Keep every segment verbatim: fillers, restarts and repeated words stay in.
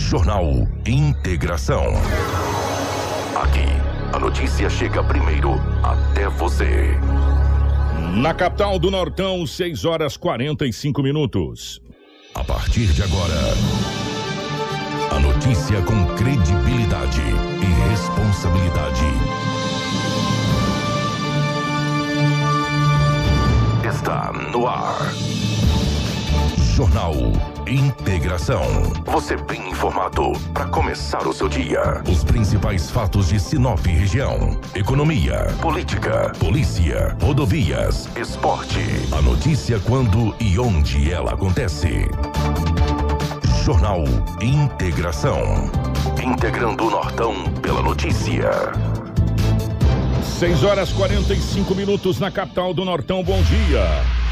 Jornal Integração. Aqui, a notícia chega primeiro até você. Na capital do Nortão, seis horas e quarenta e cinco minutos. A partir de agora, a notícia com credibilidade e responsabilidade. Está no ar. Jornal Integração. Você bem informado para começar o seu dia. Os principais fatos de Sinop região. Economia, política, polícia, rodovias, esporte. A notícia quando e onde ela acontece. Jornal Integração. Integrando o Nortão pela notícia. seis horas e quarenta e cinco minutos na capital do Nortão. Bom dia.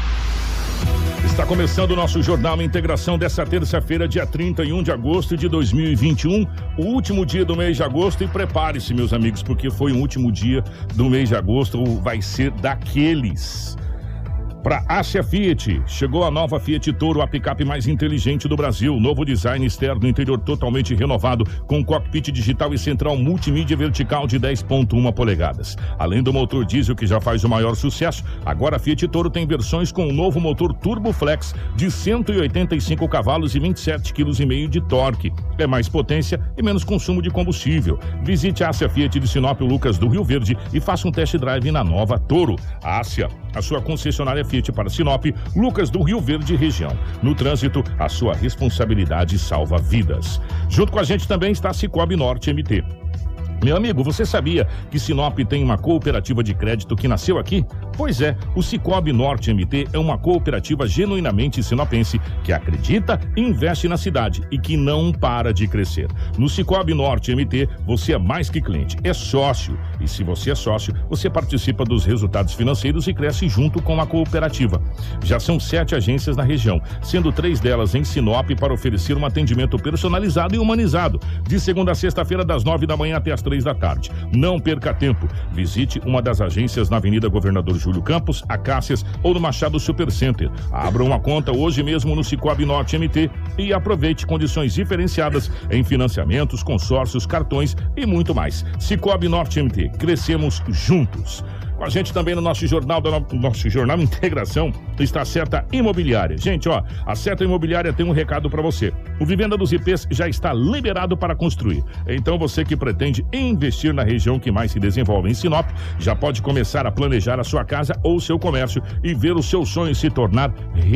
Está começando o nosso Jornal Integração dessa terça-feira, dia trinta e um de agosto de dois mil e vinte e um, o último dia do mês de agosto. E prepare-se, meus amigos, porque foi o último dia do mês de agosto, vai ser daqueles. Para Ásia Fiat, chegou a nova Fiat Toro, a picape mais inteligente do Brasil. Novo design externo, interior totalmente renovado, com cockpit digital e central multimídia vertical de dez vírgula um polegadas. Além do motor diesel que já faz o maior sucesso, agora a Fiat Toro tem versões com o novo motor Turbo Flex de cento e oitenta e cinco cavalos e vinte e sete vírgula cinco quilos de torque. É mais potência e menos consumo de combustível. Visite a Ásia Fiat de Sinop, Lucas do Rio Verde, e faça um test drive na nova Toro. A Ásia, a sua concessionária Fiat para Sinop, Lucas do Rio Verde região. No trânsito, a sua responsabilidade salva vidas. Junto com a gente também está a Cicobi Norte M T. Meu amigo, você sabia que Sinop tem uma cooperativa de crédito que nasceu aqui? Pois é, o Cicobi Norte M T é uma cooperativa genuinamente sinopense que acredita e investe na cidade e que não para de crescer. No Cicobi Norte M T, você é mais que cliente, é sócio. E se você é sócio, você participa dos resultados financeiros e cresce junto com a cooperativa. Já são sete agências na região, sendo três delas em Sinop para oferecer um atendimento personalizado e humanizado, de segunda a sexta-feira, das nove da manhã até as três da tarde. Não perca tempo. Visite uma das agências na Avenida Governador Júlio Campos, Acácias ou no Machado Supercenter. Abra uma conta hoje mesmo no Cicobi Norte M T e aproveite condições diferenciadas em financiamentos, consórcios, cartões e muito mais. Cicobi Norte M T. Crescemos juntos. Com a gente também no nosso jornal, no nosso jornal Integração, está a Certa Imobiliária. Gente, ó, a Certa Imobiliária tem um recado para você. O Vivenda dos I Ps já está liberado para construir. Então você que pretende investir na região que mais se desenvolve em Sinop, já pode começar a planejar a sua casa ou seu comércio e ver o seu sonho se tornar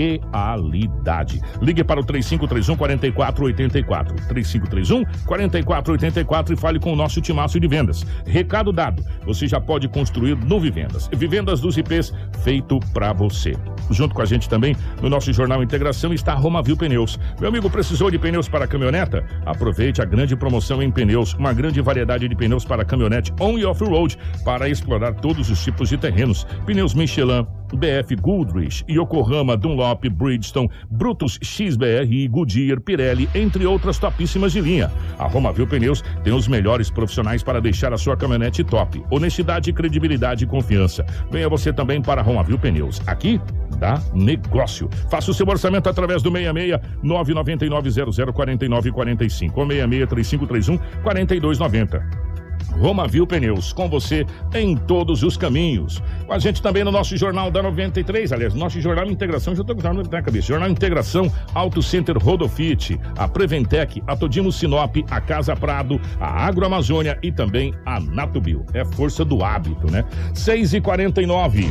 realidade. Ligue para o três cinco três um, quatro quatro oito quatro, três cinco três um, quatro quatro oito quatro e fale com o nosso timaço de vendas. Recado dado, você já pode construir no Vivenda. Vivendas. Vivendas dos I Ps, feito pra você. Junto com a gente também, no nosso Jornal Integração, está a Romavil Pneus. Meu amigo, precisou de pneus para caminhoneta? Aproveite a grande promoção em pneus, uma grande variedade de pneus para caminhonete on e off-road, para explorar todos os tipos de terrenos. Pneus Michelin, B F Goodrich, Yokohama, Dunlop, Bridgestone, Brutus X B R, Goodyear, Pirelli, entre outras topíssimas de linha. A Romavil Pneus tem os melhores profissionais para deixar a sua caminhonete top. Honestidade, credibilidade e confiança. Venha você também para a Romavil Pneus. Aqui dá negócio. Faça o seu orçamento através do seis seis nove nove nove zero zero quatro nove quatro cinco ou seis seis três cinco três um quatro dois nove zero. Romavil Pneus, com você em todos os caminhos. Com a gente também no nosso Jornal da noventa e três, aliás, nosso Jornal Integração, já estou com o jornal na cabeça. Jornal Integração, Auto Center Rodofit, a Preventec, a Todimo Sinop, a Casa Prado, a Agroamazônia e também a Natubio. É força do hábito, né? seis e quarenta e nove.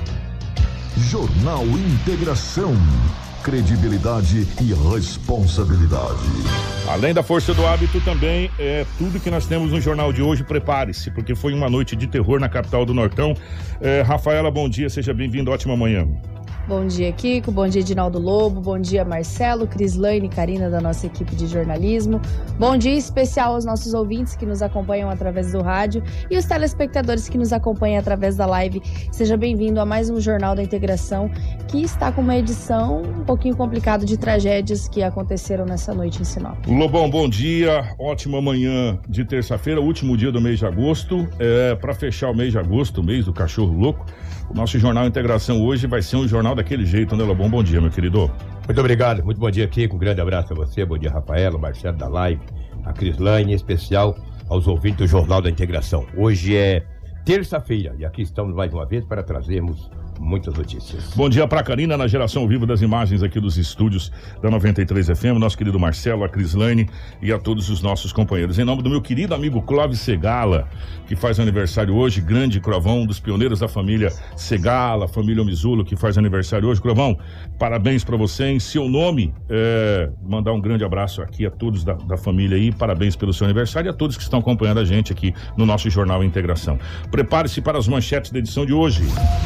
Jornal Integração. Credibilidade e responsabilidade. Além da força do hábito, também é tudo que nós temos no jornal de hoje. Prepare-se, porque foi uma noite de terror na capital do Nortão. É, Rafaela, bom dia, seja bem-vindo, ótima manhã. Bom dia, Kiko. Bom dia, Edinaldo Lobo. Bom dia, Marcelo, Crislaine e Karina, da nossa equipe de jornalismo. Bom dia especial aos nossos ouvintes que nos acompanham através do rádio e os telespectadores que nos acompanham através da live. Seja bem-vindo a mais um Jornal da Integração, que está com uma edição um pouquinho complicada de tragédias que aconteceram nessa noite em Sinop. Lobão, bom dia. Ótima manhã de terça-feira, último dia do mês de agosto. É, para fechar o mês de agosto, o mês do cachorro louco, o nosso Jornal Integração hoje vai ser um jornal daquele jeito, né, Lobão? Bom dia, meu querido. Muito obrigado, muito bom dia, Kiko. Um grande abraço a você, bom dia, Rafaela, Marcelo da Live, a Crislaine, em especial aos ouvintes do Jornal da Integração. Hoje é terça-feira e aqui estamos mais uma vez para trazermos muitas notícias. Bom dia pra Karina na geração ao vivo das imagens aqui dos estúdios da noventa e três F M, nosso querido Marcelo, a Crislaine e a todos os nossos companheiros. Em nome do meu querido amigo Clóvis Segala, que faz aniversário hoje, grande Crovão, um dos pioneiros da família Segala, família Mizulo, que faz aniversário hoje. Crovão, parabéns pra você em seu nome, é, mandar um grande abraço aqui a todos da, da família aí, parabéns pelo seu aniversário e a todos que estão acompanhando a gente aqui no nosso Jornal Integração. Prepare-se para as manchetes da edição de hoje.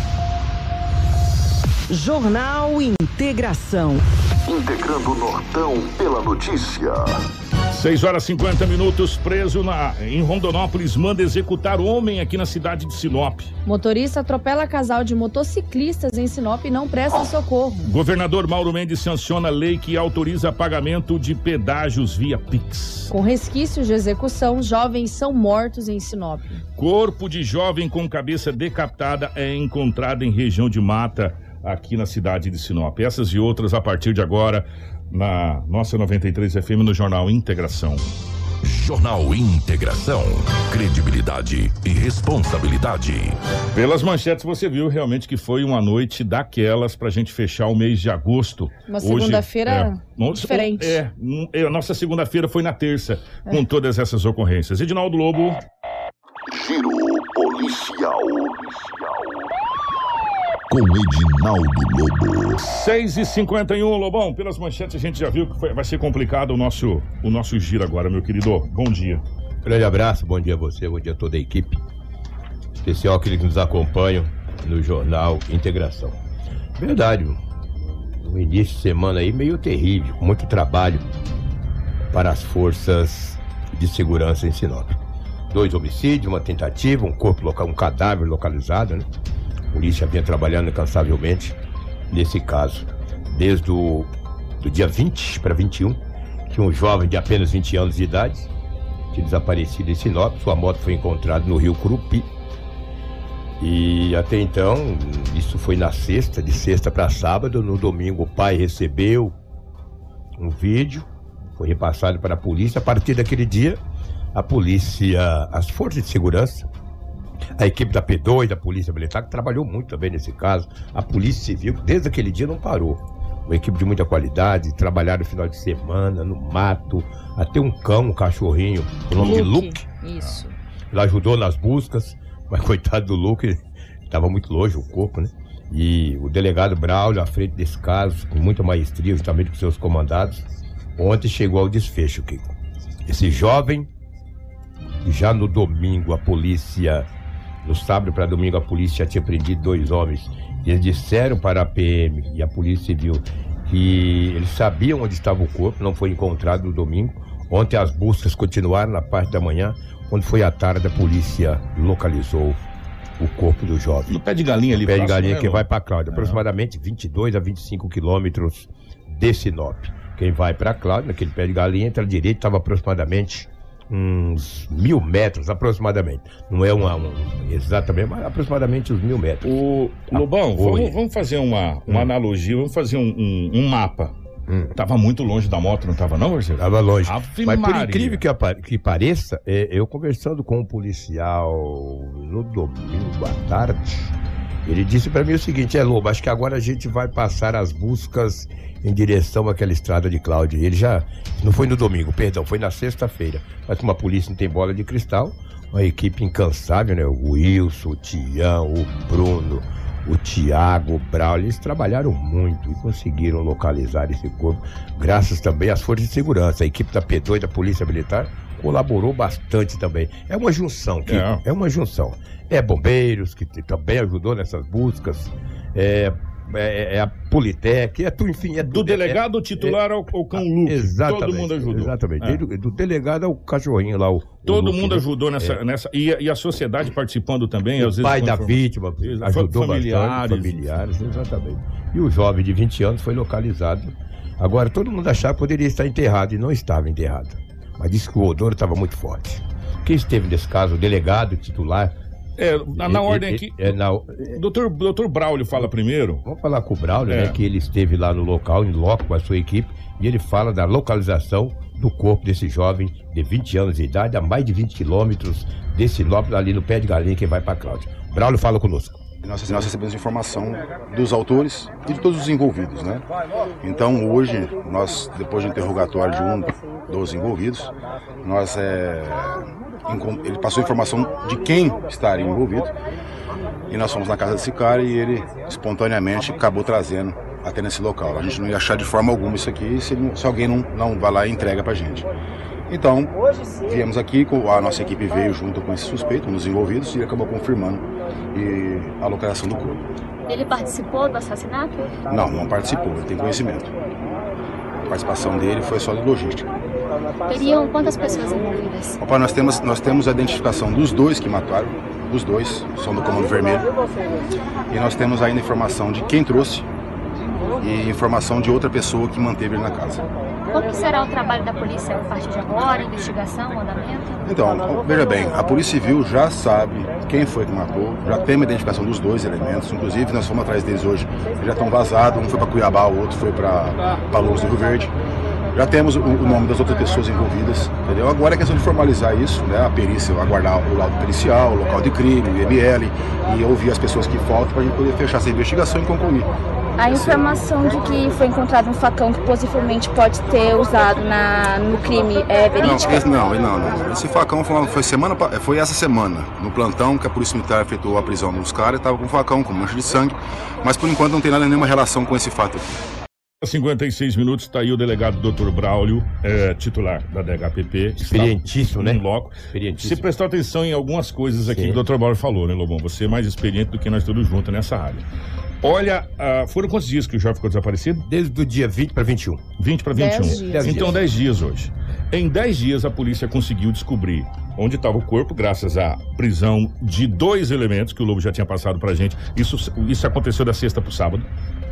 Jornal Integração. Integrando o Nortão pela notícia. seis horas e cinquenta minutos, preso na, em Rondonópolis, manda executar homem aqui na cidade de Sinop. Motorista atropela casal de motociclistas em Sinop e não presta socorro. Governador Mauro Mendes sanciona lei que autoriza pagamento de pedágios via Pix. Com resquícios de execução, jovens são mortos em Sinop. Corpo de jovem com cabeça decapitada é encontrado em região de mata aqui na cidade de Sinop. Essas e outras a partir de agora na nossa noventa e três F M no Jornal Integração. Jornal Integração. Credibilidade e responsabilidade. Pelas manchetes você viu realmente que foi uma noite daquelas pra gente fechar o mês de agosto. Uma segunda-feira é, diferente. É, é, a nossa segunda-feira foi na terça, é. com todas essas ocorrências. Edinaldo Lobo. Giro policial. Com Edinaldo Lobo. seis e cinquenta e um, Lobão. Pelas manchetes a gente já viu que foi, vai ser complicado o nosso, o nosso giro agora, meu querido. Bom dia. Grande abraço, bom dia a você, bom dia a toda a equipe. Especial aqueles que nos acompanham no Jornal Integração. Verdade, um início de semana aí meio terrível, com muito trabalho para as forças de segurança em Sinop. Dois homicídios, uma tentativa, um corpo local, um cadáver localizado, né? A polícia vinha trabalhando incansavelmente nesse caso. Desde o do dia vinte para vinte e um, que um jovem de apenas vinte anos de idade tinha desaparecido em Sinop. Sua moto foi encontrada no rio Curupi. E até então, isso foi na sexta, de sexta para sábado. No domingo o pai recebeu um vídeo, foi repassado para a polícia. A partir daquele dia, a polícia, as forças de segurança, a equipe da P dois, da Polícia Militar, que trabalhou muito também nesse caso, a Polícia Civil, desde aquele dia não parou. Uma equipe de muita qualidade, trabalharam no final de semana, no mato, até um cão, um cachorrinho, o nome de Luke. Isso. Ele ajudou nas buscas, mas coitado do Luke, estava muito longe o corpo, né? E o delegado Braulio, à frente desse caso, com muita maestria, justamente com seus comandados, ontem chegou ao desfecho, Kiko. Esse jovem, já no domingo a polícia... No sábado para domingo a polícia tinha prendido dois homens. Eles disseram para a P M e a Polícia Civil que eles sabiam onde estava o corpo, não foi encontrado no domingo. Ontem as buscas continuaram na parte da manhã. Quando foi à tarde a polícia localizou o corpo do jovem. No pé de galinha ali. No pé de galinha, né, que vai para Cláudia, aproximadamente vinte e dois a vinte e cinco quilômetros de Sinop. Quem vai para Cláudia, naquele pé de galinha, entra à direita, estava aproximadamente uns mil metros, aproximadamente. Não é uma, um, exatamente, mas aproximadamente uns mil metros. O Lobão, ah, vamos, vamos fazer uma, uma hum. analogia, vamos fazer um, um, um mapa. Hum. Tava muito longe da moto, não tava não, Marcelo? Tava longe. Ave mas Maria. Por incrível que, que pareça, é, eu conversando com um policial no domingo à tarde, ele disse para mim o seguinte: é, Lobo, acho que agora a gente vai passar as buscas em direção àquela estrada de Cláudia. Ele já, não foi no domingo, perdão, foi na sexta-feira. Mas como a polícia não tem bola de cristal, uma equipe incansável, né? O Wilson, o Tião, o Bruno, o Tiago, o Braulio, eles trabalharam muito e conseguiram localizar esse corpo, graças também às forças de segurança. A equipe da P dois, da Polícia Militar, colaborou bastante também. É uma junção, Kiko, é. é uma junção. É bombeiros, que também ajudou nessas buscas, é... É, é a Politec, é tudo, enfim. É do tudo, delegado é, titular é, ao, ao cão Luke. Exatamente. Todo mundo ajudou. Exatamente. É. Do, do delegado ao cachorrinho lá. O, todo o Luke, mundo né? ajudou nessa. É. nessa e, e a sociedade participando também. O às pai vezes, da vítima ajudou familiares. bastante. Familiares, exatamente. E o jovem de vinte anos foi localizado. Agora, todo mundo achava que poderia estar enterrado e não estava enterrado. Mas disse que o odor estava muito forte. Quem esteve nesse caso, o delegado titular. É, na, na ordem aqui, é, na, doutor, doutor Braulio fala primeiro. Vamos falar com o Braulio, é. né, que ele esteve lá no local, em loco com a sua equipe, e ele fala da localização do corpo desse jovem de vinte anos de idade, a mais de vinte quilômetros de Sinop, ali no Pé de Galinha, que vai para Cláudia. Braulio, fala conosco. Nós, nós recebemos informação dos autores e de todos os envolvidos, né? Então hoje, nós, depois do interrogatório de um dos envolvidos, nós, é, ele passou informação de quem estaria envolvido e nós fomos na casa desse cara e ele espontaneamente acabou trazendo até nesse local. A gente não ia achar de forma alguma isso aqui se, se alguém não, não vai lá e entrega pra gente. Então, viemos aqui, a nossa equipe veio junto com esse suspeito, um dos envolvidos, e acabou confirmando e a localização do corpo. Ele participou do assassinato? Não, não participou, ele tem conhecimento. A participação dele foi só de logística. Teriam quantas pessoas envolvidas? Opa, nós temos, nós temos a identificação dos dois que mataram, os dois são do Comando Vermelho, e nós temos ainda informação de quem trouxe e informação de outra pessoa que manteve ele na casa. Como será o trabalho da polícia a partir de agora, investigação, andamento? Então, veja bem, a Polícia Civil já sabe quem foi que matou, já tem uma identificação dos dois elementos, inclusive nós fomos atrás deles hoje, eles já estão vazados, um foi para Cuiabá, o outro foi para Louros do Rio Verde. Já temos o, o nome das outras pessoas envolvidas, entendeu? Agora é questão de formalizar isso, né? A perícia, aguardar o laudo pericial, o local de crime, o I M L, e ouvir as pessoas que faltam para a gente poder fechar essa investigação e concluir. A informação de que foi encontrado um facão que possivelmente pode ter usado na, no crime é verídica? Não, esse, não, não, não. Esse facão foi, foi, semana, foi essa semana, no plantão, que a Polícia Militar efetuou a prisão dos caras, estava com um facão, com mancha de sangue, mas por enquanto não tem nada, nenhuma relação com esse fato aqui. cinquenta e seis minutos, está aí o delegado doutor Braulio, é, titular da D H P P. Experientíssimo, né? Loco. Experientíssimo. Você prestou atenção em algumas coisas aqui Sim. que o doutor Braulio falou, né, Lobão? Você é mais experiente do que nós todos juntos nessa área. Olha, uh, foram quantos dias que o jovem ficou desaparecido? Desde o dia vinte para vinte e um. vinte para vinte e um. dez dias. Então, dez dias hoje. Em dez dias, a polícia conseguiu descobrir onde estava o corpo, graças à prisão de dois elementos que o Lobo já tinha passado pra gente. Isso, isso aconteceu da sexta pro sábado.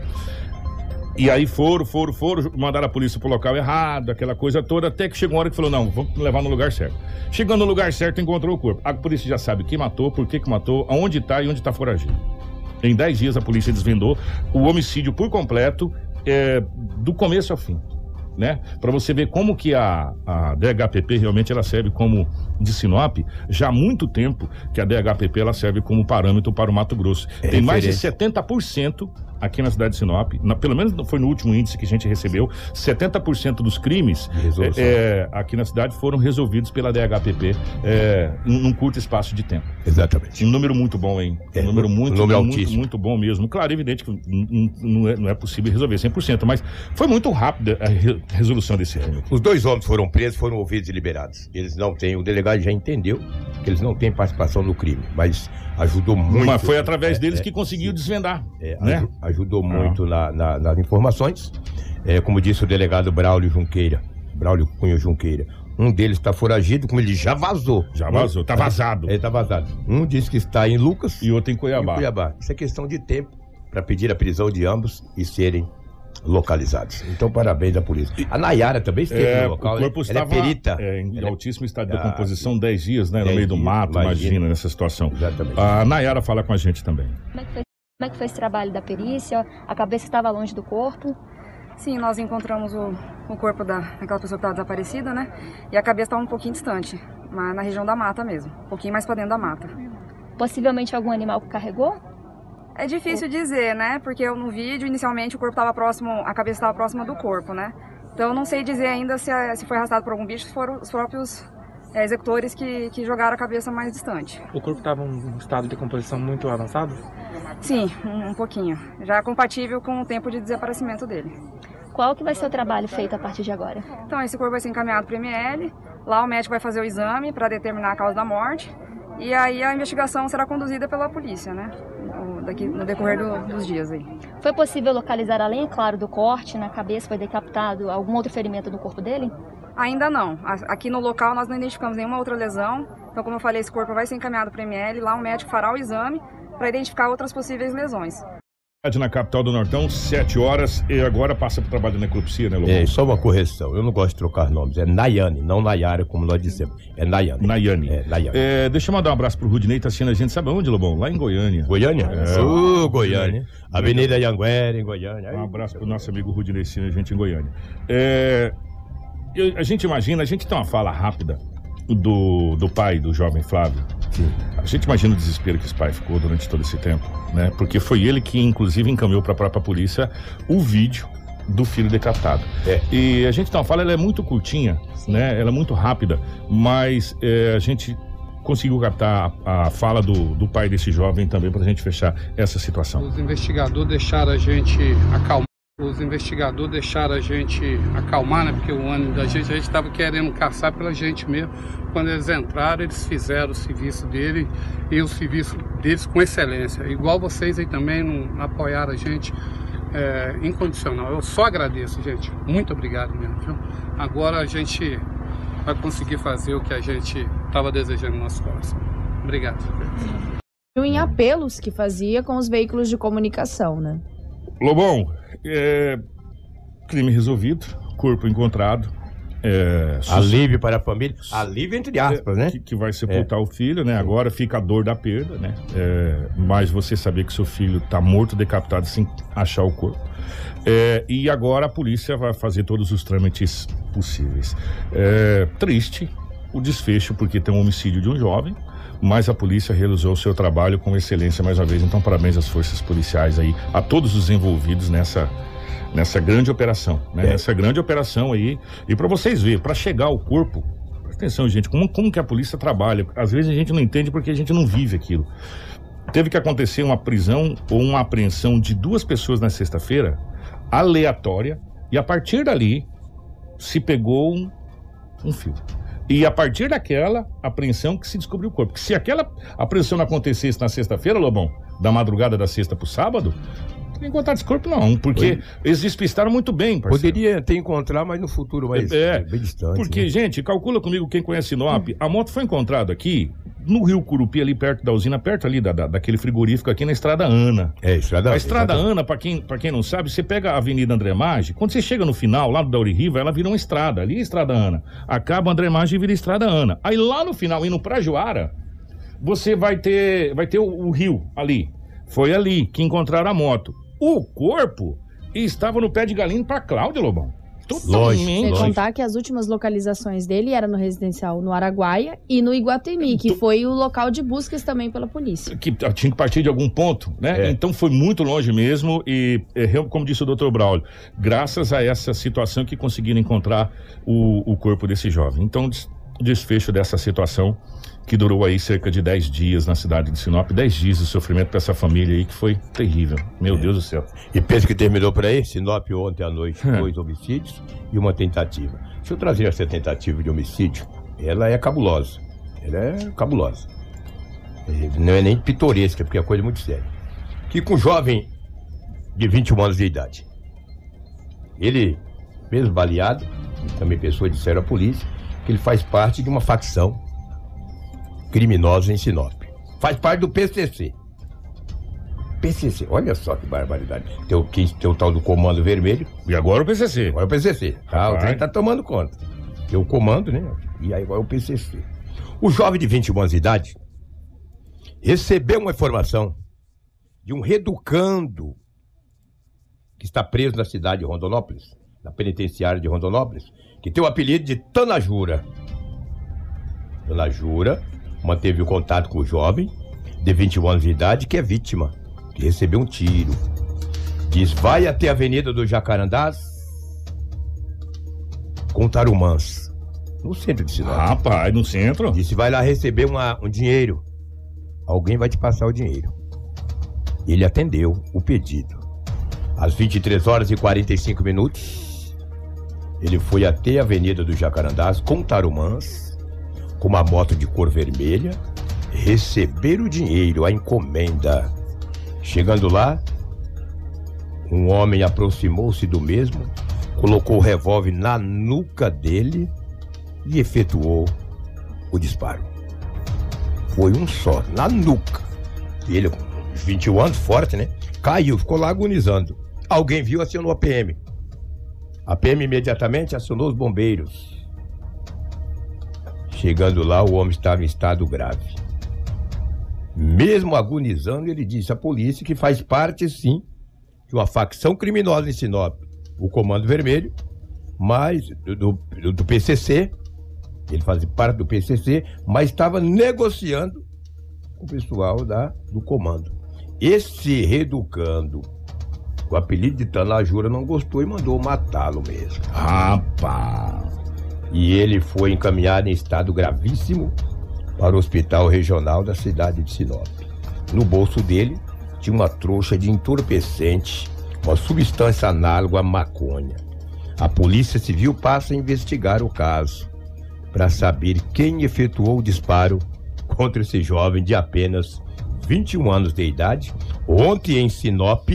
E aí foram, foram, foram, mandaram a polícia pro local errado, aquela coisa toda, até que chegou uma hora que falou, não, vamos levar no lugar certo. Chegando no lugar certo, encontrou o corpo. A polícia já sabe quem matou, por que que matou, aonde tá e onde tá foragido. Em dez dias, a polícia desvendou o homicídio por completo, é, do começo ao fim, né? Para você ver como que a, a D H P P realmente ela serve como de Sinop, já há muito tempo que a D H P P ela serve como parâmetro para o Mato Grosso. É Tem mais de referência. setenta por cento aqui na cidade de Sinop, na, pelo menos foi no último índice que a gente recebeu, setenta por cento dos crimes é, é, aqui na cidade foram resolvidos pela D H P P é, num, num curto espaço de tempo. Exatamente. Um número muito bom, hein? É, um número muito, um número muito, altíssimo. muito bom mesmo. Claro, evidente que não, não, é, não é possível resolver cem por cento, mas foi muito rápida a re- resolução desse crime. Os dois homens foram presos, foram ouvidos e liberados. Eles não têm, o delegado já entendeu que eles não têm participação no crime, mas ajudou muito. Mas foi através é, deles é, que conseguiu sim. desvendar, É, né? aju- ajudou muito na, na- nas informações. É, como disse o delegado Braulio Junqueira, Braulio Cunha Junqueira, um deles está foragido, como ele já vazou. Já vazou, tá vazado. Ele tá vazado. Um diz que está em Lucas E outro em e Cuiabá. em Cuiabá. Isso é questão de tempo para pedir a prisão de ambos e serem localizados. Então, parabéns à polícia. A Nayara também esteve É, no local, o corpo né? estava Ela é perita. é, em Ela é- altíssimo estado de Ah, decomposição, dez dias, né? No dez meio do dias, mato, imagina, imagina. nessa situação. Exatamente. A Nayara fala com a gente também. Como é que foi, como é que foi esse trabalho da perícia? A cabeça estava longe do corpo? Sim, nós encontramos o, o corpo da, daquela pessoa que estava desaparecida, né? E a cabeça estava um pouquinho distante, mas na região da mata mesmo, um pouquinho mais para dentro da mata. Possivelmente algum animal que carregou? É difícil dizer, né? Porque eu, no vídeo, inicialmente, o corpo estava próximo, a cabeça estava próxima do corpo, né? Então eu não sei dizer ainda se, a, se foi arrastado por algum bicho, se foram os próprios é, executores que, que jogaram a cabeça mais distante. O corpo estava em um estado de decomposição muito avançado? Sim, um, um pouquinho. Já compatível com o tempo de desaparecimento dele. Qual que vai ser o trabalho feito a partir de agora? Então esse corpo vai ser encaminhado para o M L, lá o médico vai fazer o exame para determinar a causa da morte e aí a investigação será conduzida pela polícia, né? No, daqui, no decorrer do, dos dias aí. Foi possível localizar, além, é claro, do corte na cabeça, foi decapitado, algum outro ferimento no corpo dele? Ainda não. A- Aqui no local nós não identificamos nenhuma outra lesão, então como eu falei, esse corpo vai ser encaminhado para o M L, lá o médico fará o exame para identificar outras possíveis lesões. Na capital do Nortão, sete horas, e agora passa para o trabalho de necropsia, né, Lobo? É, só uma correção, eu não gosto de trocar nomes, é Nayane, não Nayara, como nós dissemos, é Nayane. Nayane. É, Nayane. É, deixa eu mandar um abraço pro Rudinei, tá assistindo a gente, sabe onde, Lobão? Lá em Goiânia. Goiânia? É. Ô, Goiânia. Avenida Yanguera, em Goiânia. Um abraço pro nosso amigo Rudinei assistindo a gente em Goiânia. É, eu, a gente imagina, a gente tem uma fala rápida do, do pai do jovem Flávio. Sim. A gente imagina o desespero que esse pai ficou durante todo esse tempo, né? Porque foi ele que, inclusive, encaminhou para a própria polícia o vídeo do filho decapitado. É. E a gente tem uma fala, ela é muito curtinha, Sim. né? Ela é muito rápida, mas é, a gente conseguiu captar a, a fala do, do pai desse jovem também para a gente fechar essa situação. Os investigadores deixaram a gente acalmar, os investigadores deixaram a gente acalmar, né? Porque o ânimo da gente, a gente estava querendo caçar pela gente mesmo. Quando eles entraram, eles fizeram o serviço dele e o serviço deles com excelência. Igual vocês aí também não apoiaram a gente é, incondicional. Eu só agradeço, gente. Muito obrigado mesmo, viu? Agora a gente vai conseguir fazer o que a gente estava desejando no nosso coração. Obrigado. Em apelos que fazia com os veículos de comunicação, né? Lobão, é, crime resolvido, corpo encontrado. É, alívio para a família, alívio entre aspas, é, né? Que, que vai sepultar é. o filho, né? Agora fica a dor da perda, né? É, mas você saber que seu filho está morto, decapitado, sem achar o corpo. É, e agora a polícia vai fazer todos os trâmites possíveis. É, triste o desfecho, porque tem um homicídio de um jovem, mas a polícia realizou o seu trabalho com excelência mais uma vez. Então, parabéns às forças policiais aí, a todos os envolvidos nessa, nessa grande operação, né? É. Nessa grande operação aí. E para vocês verem, para chegar ao corpo, presta atenção, gente, como, como que a polícia trabalha. Às vezes a gente não entende porque a gente não vive aquilo. Teve que acontecer uma prisão ou uma apreensão de duas pessoas na sexta-feira, aleatória, e a partir dali se pegou um, um fio. E a partir daquela apreensão que se descobriu o corpo. Porque se aquela apreensão não acontecesse na sexta-feira, Lobão, da madrugada da sexta pro sábado, não ia encontrar esse corpo não, porque Foi. eles despistaram muito bem, parceiro. Poderia ter encontrado, mas no futuro mais é, bem distante. Porque, né? gente, calcula comigo quem conhece Sinop, hum. a moto foi encontrada aqui no Rio Curupi, ali perto da usina, perto ali da, da, daquele frigorífico aqui na Estrada Ana. É, Estrada Ana. A Estrada Estrada... Ana, pra quem, pra quem não sabe, você pega a Avenida André Maggi, quando você chega no final, lá do Dauri Riva, ela vira uma estrada, ali é a Estrada Ana. Acaba André Maggi e vira Estrada Ana. Aí lá no final, indo pra Juara, você vai ter, vai ter o, o rio ali. Foi ali que encontraram a moto. O corpo estava no pé de galinha para Cláudia, Lobão. Totalmente. Sem contar que as últimas localizações dele eram no residencial no Araguaia e no Iguatemi, que foi o local de buscas também pela polícia. Que tinha que partir de algum ponto, né? É. Então foi muito longe mesmo e, como disse o doutor Braulio, graças a essa situação que conseguiram encontrar o, o corpo desse jovem. Então, desfecho dessa situação que durou aí cerca de dez dias na cidade de Sinop, dez dias de sofrimento para essa família aí, que foi terrível. Meu é. Deus do céu. E pensa que terminou por aí? Sinop ontem à noite, é. dois homicídios e uma tentativa. Deixa eu trazer essa tentativa de homicídio. Ela é cabulosa. Ela é cabulosa. Não é nem pitoresca, porque é coisa muito séria. Que com um jovem de vinte e um anos de idade, ele, mesmo baleado, também pessoas disseram à polícia, que ele faz parte de uma facção criminosa em Sinop. Faz parte do P C C. P C C, olha só que barbaridade. Tem o, tem o tal do Comando Vermelho. E agora o P C C. Agora o P C C. Ah, o trem tá tomando conta. Tem o comando, né? E aí agora o P C C. O jovem de vinte e um anos de idade recebeu uma informação de um reeducando que está preso na cidade de Rondonópolis, na penitenciária de Rondonópolis, que tem o apelido de Tanajura. Tanajura manteve o contato com o jovem de vinte e um anos de idade, que é vítima, que recebeu um tiro. Diz, vai até a Avenida do Jacarandás com Tarumãs, no centro de Sinop. Rapaz, no centro? Disse, vai lá receber uma, um dinheiro. Alguém vai te passar o dinheiro. Ele atendeu o pedido. Às vinte e três horas e quarenta e cinco minutos, ele foi até a Avenida do Jacarandás com Tarumãs, com uma moto de cor vermelha, receber o dinheiro, a encomenda. Chegando lá, um homem aproximou-se do mesmo, colocou o revólver na nuca dele e efetuou o disparo. Foi um só, na nuca. E ele, vinte e um anos, forte, né? Caiu, ficou lá agonizando. Alguém viu, acionou a P M. A P M imediatamente acionou os bombeiros. Chegando lá, o homem estava em estado grave. Mesmo agonizando, ele disse à polícia que faz parte, sim, de uma facção criminosa em Sinop, o Comando Vermelho, mas do, do, do P C C, ele fazia parte do P C C, mas estava negociando com o pessoal da, do comando. Esse reeducando, o apelido de Tanajura, não gostou e mandou matá-lo mesmo. Rapaz! E ele foi encaminhado em estado gravíssimo para o hospital regional da cidade de Sinop. No bolso dele tinha uma trouxa de entorpecente, uma substância análoga à maconha. A Polícia Civil passa a investigar o caso para saber quem efetuou o disparo contra esse jovem de apenas vinte e um anos de idade, ontem em Sinop,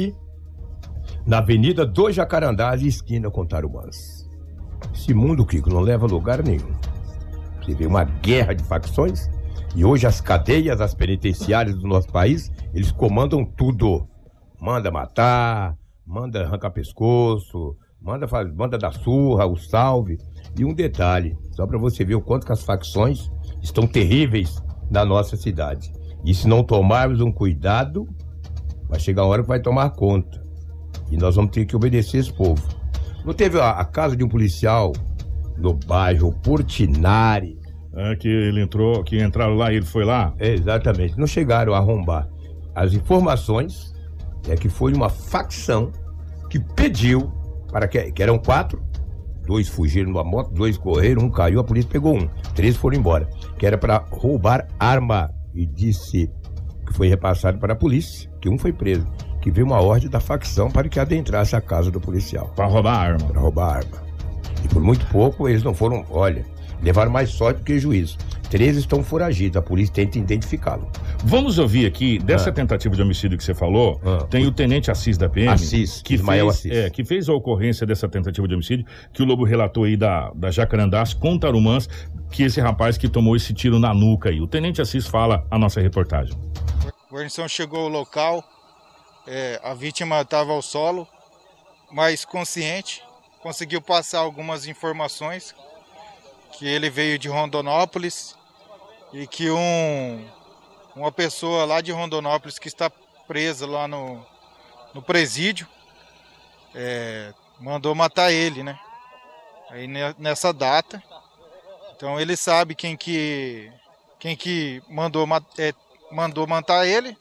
na Avenida dos Jacarandás, esquina com Tarumãs. Esse mundo, Kiko, não leva a lugar nenhum. Você vê uma guerra de facções e hoje as cadeias, as penitenciárias do nosso país, eles comandam tudo. Manda matar, manda arrancar pescoço, manda, manda dar surra, o salve. E um detalhe, só para você ver o quanto que as facções estão terríveis na nossa cidade. E se não tomarmos um cuidado, vai chegar a hora que vai tomar conta. E nós vamos ter que obedecer esse povo. Não teve a, a casa de um policial no bairro Portinari? É, que ele entrou, que entraram lá e ele foi lá? É, exatamente, não chegaram a arrombar. As informações é que foi uma facção que pediu para que, que eram quatro, dois fugiram numa moto, dois correram, um caiu, a polícia pegou um, três foram embora, que era para roubar arma, e disse que foi repassado para a polícia, que um foi preso, que veio uma ordem da facção para que adentrasse a casa do policial. Para roubar arma. Para roubar arma. E por muito pouco eles não foram, olha, levaram mais sorte do que juízo. Três estão foragidos, a polícia tenta identificá-lo. Vamos ouvir aqui, dessa ah. tentativa de homicídio que você falou, ah. tem o tenente Assis da P M. Assis, que Ismael fez, Assis. É, que fez a ocorrência dessa tentativa de homicídio, que o Lobo relatou aí da, da Jacarandás com Tarumãs, que esse rapaz que tomou esse tiro na nuca aí. O tenente Assis fala a nossa reportagem. A guarnição chegou ao local, é, a vítima estava ao solo, mas consciente, conseguiu passar algumas informações, que ele veio de Rondonópolis e que um, uma pessoa lá de Rondonópolis que está presa lá no, no presídio é, mandou matar ele, né? Aí nessa data, então ele sabe quem que, quem que mandou, é, mandou matar ele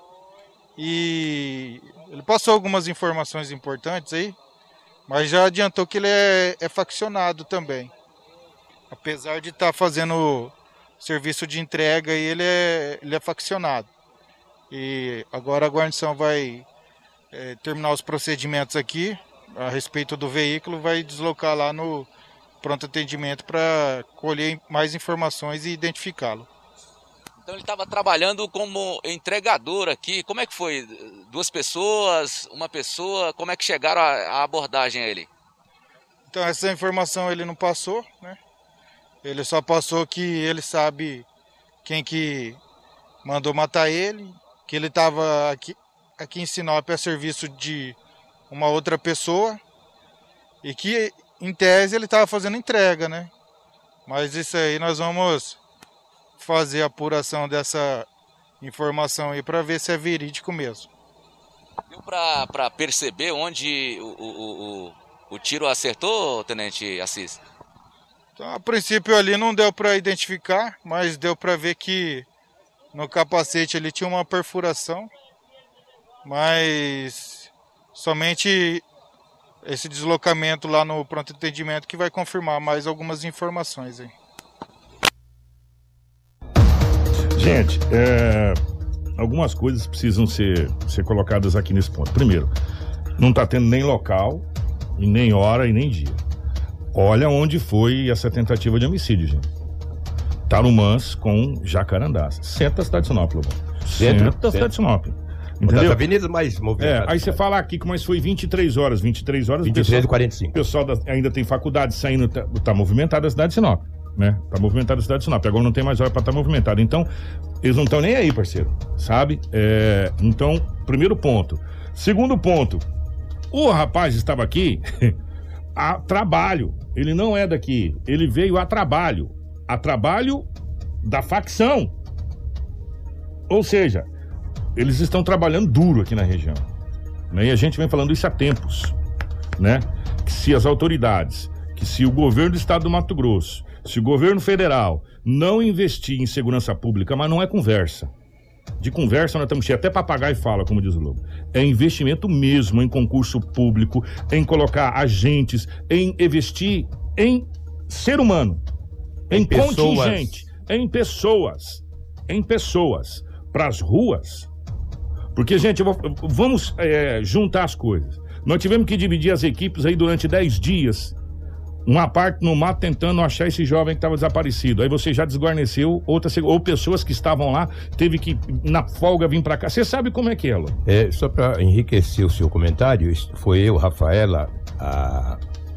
e ele passou algumas informações importantes aí, mas já adiantou que ele é, é faccionado também. Apesar de estar tá fazendo serviço de entrega, ele é, ele é faccionado. E agora a guarnição vai é, terminar os procedimentos aqui a respeito do veículo, vai deslocar lá no pronto atendimento para colher mais informações e identificá-lo. Então ele estava trabalhando como entregador aqui. Como é que foi? Duas pessoas, uma pessoa, como é que chegaram a, a abordagem a ele? Então essa informação ele não passou, né? Ele só passou que ele sabe quem que mandou matar ele, que ele estava aqui, aqui em Sinop a serviço de uma outra pessoa e que, em tese, ele estava fazendo entrega, né? Mas isso aí nós vamos fazer a apuração dessa informação aí para ver se é verídico mesmo. Deu para perceber onde o, o, o, o tiro acertou, Tenente Assis? Então, a princípio ali não deu para identificar, mas deu para ver que no capacete ele tinha uma perfuração, mas somente esse deslocamento lá no pronto atendimento que vai confirmar mais algumas informações aí. Gente, é, algumas coisas precisam ser, ser colocadas aqui nesse ponto. Primeiro, não está tendo nem local, e nem hora e nem dia. Olha onde foi essa tentativa de homicídio, gente. Tarumãs com Jacarandás. Centro da cidade de Sinop, Lobão. Centro, Centro da cidade de Sinop. Entendeu? Das avenidas mais movimentadas. É, aí você fala aqui que mas foi vinte e três horas. vinte e três horas. vinte e três e quarenta e cinco. O pessoal da, ainda tem faculdade saindo, tá, tá movimentado a cidade de Sinop, né? Tá movimentado a cidade de Sinop. Agora não tem mais hora pra estar tá movimentado. Então, eles não estão nem aí, parceiro. Sabe? É, então, primeiro ponto. Segundo ponto. O rapaz estava aqui a trabalho. Ele não é daqui. Ele veio a trabalho. A trabalho da facção. Ou seja, eles estão trabalhando duro aqui na região, né? E a gente vem falando isso há tempos, né? Que se as autoridades que se o governo do estado do Mato Grosso, se o governo federal não investir em segurança pública, mas não é conversa. De conversa nós estamos cheios, até papagaio fala, como diz o Lobo. É investimento mesmo em concurso público, em colocar agentes, em investir em ser humano, em, em contingente, em pessoas, em pessoas, para as ruas. Porque, gente, eu vou, vamos é, juntar as coisas. Nós tivemos que dividir as equipes aí durante dez dias. Uma parte no mato tentando achar esse jovem que estava desaparecido. Aí você já desguarneceu, outra, ou pessoas que estavam lá, teve que, na folga, vir para cá. Você sabe como é que é, Lô? É, só para enriquecer o seu comentário, foi eu, Rafaela, a,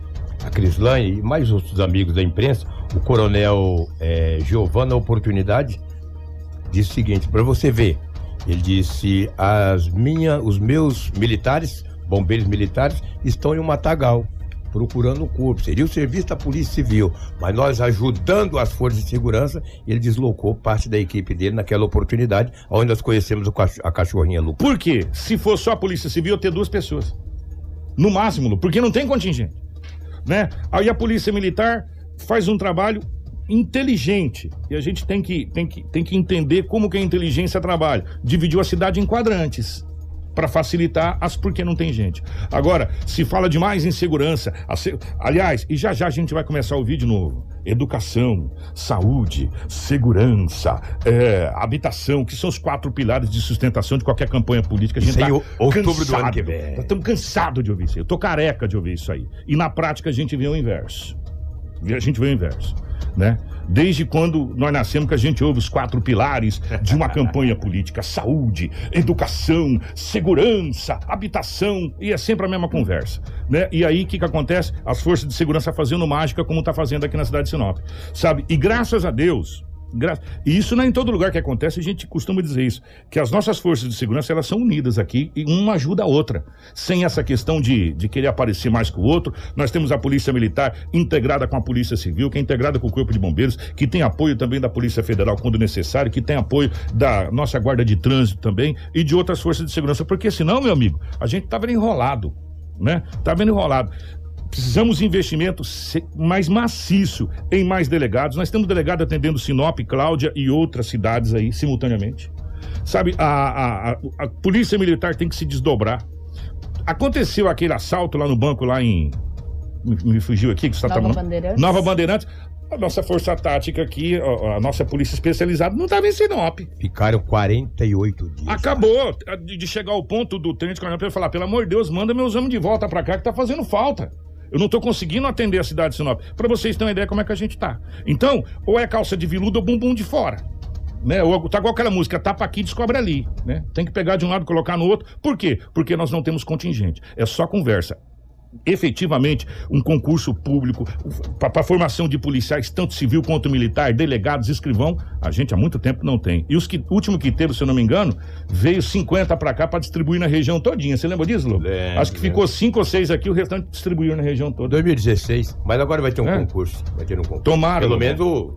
a Crislane e mais outros amigos da imprensa, o coronel é, Giovanna, na oportunidade, disse o seguinte, para você ver, ele disse, as minha, os meus militares, bombeiros militares, estão em um matagal, procurando o corpo, seria o serviço da Polícia Civil, mas nós ajudando as forças de segurança, ele deslocou parte da equipe dele naquela oportunidade, onde nós conhecemos o cach- a cachorrinha Lu. Por quê? Se for só a Polícia Civil, eu ter duas pessoas, no máximo, Lu, porque não tem contingente, né? Aí a Polícia Militar faz um trabalho inteligente, e a gente tem que, tem que, tem que entender como que a inteligência trabalha. Dividiu a cidade em quadrantes para facilitar as porque não tem gente. Agora, se fala demais em segurança, se... aliás, e já já a gente vai começar a ouvir de novo, educação, saúde, segurança, é, habitação, que são os quatro pilares de sustentação de qualquer campanha política. A gente tá outubro do ano que vem. Nós estamos cansados de ouvir isso aí. Eu tô careca de ouvir isso aí. E na prática a gente vê o inverso. A gente vê o inverso, né? Desde quando nós nascemos que a gente ouve os quatro pilares de uma campanha política: saúde, educação, segurança, habitação, e é sempre a mesma conversa, né? E aí o que que acontece? As forças de segurança fazendo mágica como tá fazendo aqui na cidade de Sinop, sabe? E graças a Deus, gra... e isso não é em todo lugar que acontece, a gente costuma dizer isso, que as nossas forças de segurança, elas são unidas aqui e uma ajuda a outra, sem essa questão de, de querer aparecer mais que o outro. Nós temos a Polícia Militar integrada com a Polícia Civil, que é integrada com o Corpo de Bombeiros, que tem apoio também da Polícia Federal quando necessário, que tem apoio da nossa Guarda de Trânsito também e de outras forças de segurança, porque senão, meu amigo, a gente tá vendo enrolado, né? Tá vendo enrolado. Precisamos de investimento mais maciço em mais delegados. Nós temos delegado atendendo Sinop, Cláudia e outras cidades aí simultaneamente. Sabe, a, a, a, a Polícia Militar tem que se desdobrar. Aconteceu aquele assalto lá no banco, lá em... Me, me fugiu aqui. Que você Nova tá... Bandeirantes. Nova Bandeirantes. A nossa força tática aqui, a, a nossa polícia especializada, não estava em Sinop. Ficaram quarenta e oito dias. Acabou de, de chegar ao ponto do tenente coronel para falar: pelo amor de Deus, manda meus homens de volta para cá que tá fazendo falta. Eu não tô conseguindo atender a cidade de Sinop. Pra vocês terem uma ideia como é que a gente tá. Então, ou é calça de veludo ou bumbum de fora, né? Ou tá igual aquela música, tapa aqui, descobre ali, né? Tem que pegar de um lado e colocar no outro. Por quê? Porque nós não temos contingente. É só conversa. Efetivamente, um concurso público para formação de policiais, tanto civil quanto militar, delegados, escrivão, a gente há muito tempo não tem. E os que, o último que teve, se eu não me engano, veio cinquenta para cá para distribuir na região todinha. Você lembra disso, Lobo? Lembro, Acho que ficou cinco ou seis aqui, o restante distribuiu na região toda. dois mil e dezesseis, mas agora vai ter um é. concurso. Vai ter um concurso. Tomara. Pelo menos o,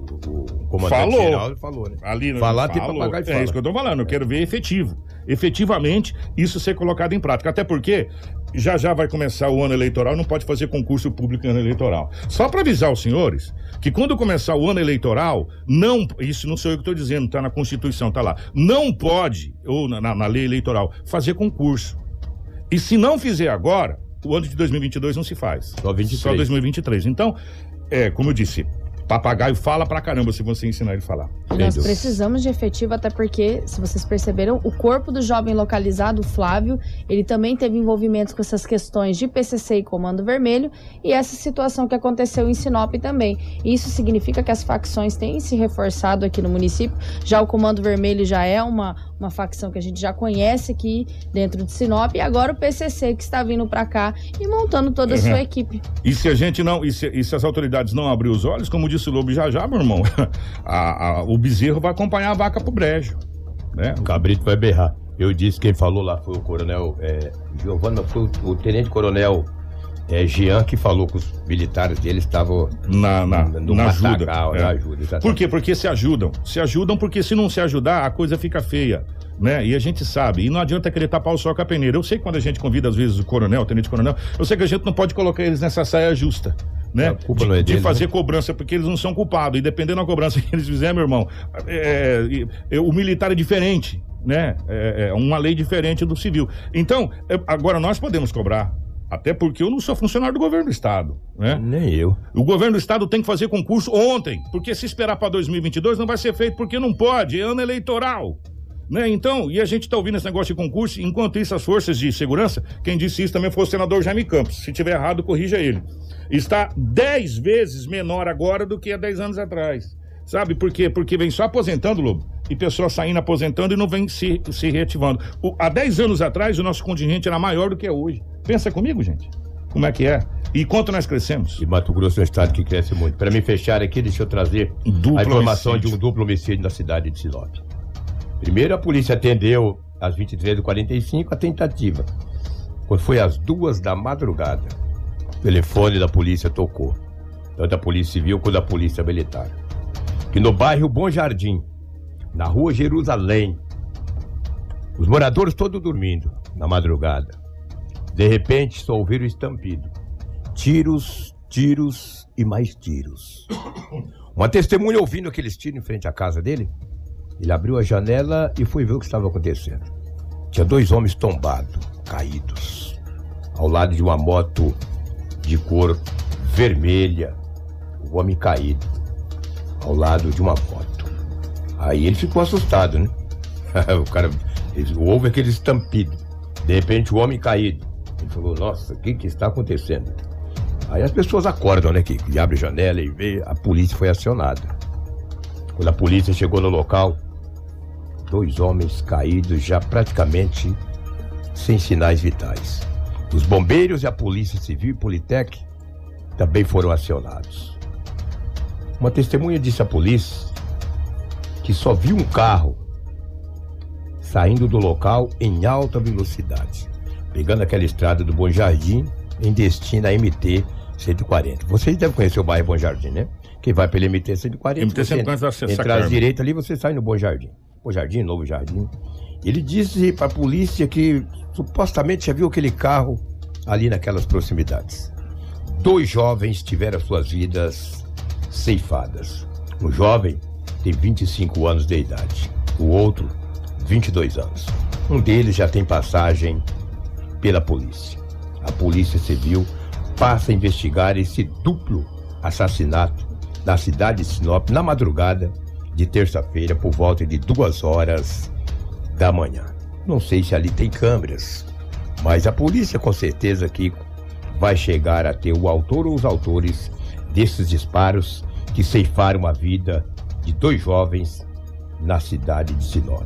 o comandante falou. geral falou, né? Ali, Falar tem falou. papagaio fala. É isso que eu tô falando, eu quero ver efetivo. Efetivamente, isso ser colocado em prática. Até porque já já vai começar o ano eleitoral, não pode fazer concurso público em ano eleitoral. Só para avisar os senhores que quando começar o ano eleitoral, não, isso não sou eu que estou dizendo, tá na Constituição, tá lá, não pode, ou na, na lei eleitoral, fazer concurso. E se não fizer agora, o ano de dois mil e vinte e dois não se faz. Só vinte e três. Só dois mil e vinte e três. Então, é, como eu disse, papagaio fala pra caramba se você ensinar ele a falar. Nós precisamos de efetivo, até porque, se vocês perceberam, o corpo do jovem localizado, o Flávio, ele também teve envolvimentos com essas questões de P C C e Comando Vermelho, e essa situação que aconteceu em Sinop também. Isso significa que as facções têm se reforçado aqui no município. Já o Comando Vermelho já é uma, uma facção que a gente já conhece aqui dentro de Sinop, e agora o P C C que está vindo pra cá e montando toda a uhum. sua equipe. E se a gente não, e se, e se as autoridades não abrir os olhos, como disse o Lobo já já, meu irmão, a, a, o bezerro vai acompanhar a vaca pro brejo, né? O cabrito vai berrar. Eu disse, quem falou lá foi o coronel é, Giovanna, foi o, o tenente coronel é, Jean, que falou que os militares dele estavam na, na, no na ajuda, matagal, é. na ajuda. Por quê? Porque se ajudam. Se ajudam porque se não se ajudar, a coisa fica feia, né? E a gente sabe. E não adianta querer tapar o sol com a peneira. Eu sei que quando a gente convida, às vezes, o coronel, o tenente coronel, eu sei que a gente não pode colocar eles nessa saia justa. né? A culpa de, não é de deles, fazer né? cobrança, porque eles não são culpados. E dependendo da cobrança que eles fizerem, meu irmão, é, é, o militar é diferente, né? É, é uma lei diferente do civil. Então, é, agora nós podemos cobrar. Até porque eu não sou funcionário do governo do estado, né? Nem eu. O governo do estado tem que fazer concurso ontem, porque se esperar para dois mil e vinte e dois não vai ser feito, porque não pode, é ano eleitoral, né? Então, e a gente tá ouvindo esse negócio de concurso, enquanto isso as forças de segurança, quem disse isso também foi o senador Jaime Campos, se tiver errado corrija ele, está dez vezes menor agora do que há dez anos atrás, sabe por quê? Porque vem só aposentando, Lobo, e pessoas saindo aposentando e não vem se, se reativando. O, há dez anos atrás o nosso contingente era maior do que é hoje. Pensa comigo, gente. Como é que é? E quanto nós crescemos? E Mato Grosso é um estado que cresce muito. Para me fechar aqui, deixa eu trazer duplo a informação homicídio. de um duplo homicídio na cidade de Sinop. Primeiro, a polícia atendeu às vinte e três e quarenta e cinco a tentativa. Quando foi às duas da madrugada, o telefone da polícia tocou. Tanto a polícia civil quanto a polícia militar. Que no bairro Bom Jardim, na rua Jerusalém, os moradores todos dormindo na madrugada. De repente, só ouviram estampido. Tiros, tiros e mais tiros. Uma testemunha ouvindo aqueles tiros em frente à casa dele, ele abriu a janela e foi ver o que estava acontecendo. Tinha dois homens tombados, caídos, ao lado de uma moto de cor vermelha. O homem caído, ao lado de uma moto. Aí ele ficou assustado, né? O cara, houve aquele estampido. De repente, o homem caído. Ele falou, nossa, o que que está acontecendo? Aí as pessoas acordam, né, que, que abre a janela e vê, a polícia foi acionada. Quando a polícia chegou no local, dois homens caídos já praticamente sem sinais vitais. Os bombeiros e a polícia civil e Politec também foram acionados. Uma testemunha disse à polícia que só viu um carro saindo do local em alta velocidade, pegando aquela estrada do Bom Jardim em destino a M T cento e quarenta. Vocês devem conhecer o bairro Bom Jardim, né? Quem vai pelo M T cento e quarenta, M T cento e quarenta você entra à direita ali, você sai no Bom Jardim. Bom Jardim, Novo Jardim. Ele disse para a polícia que supostamente já viu aquele carro ali naquelas proximidades. Dois jovens tiveram suas vidas ceifadas. Um jovem tem vinte e cinco anos de idade, o outro vinte e dois anos. Um deles já tem passagem pela polícia. A Polícia Civil passa a investigar esse duplo assassinato na cidade de Sinop na madrugada de terça-feira por volta de duas horas da manhã. Não sei se ali tem câmeras, mas a polícia com certeza que vai chegar a ter o autor ou os autores desses disparos que ceifaram a vida de dois jovens na cidade de Sinop.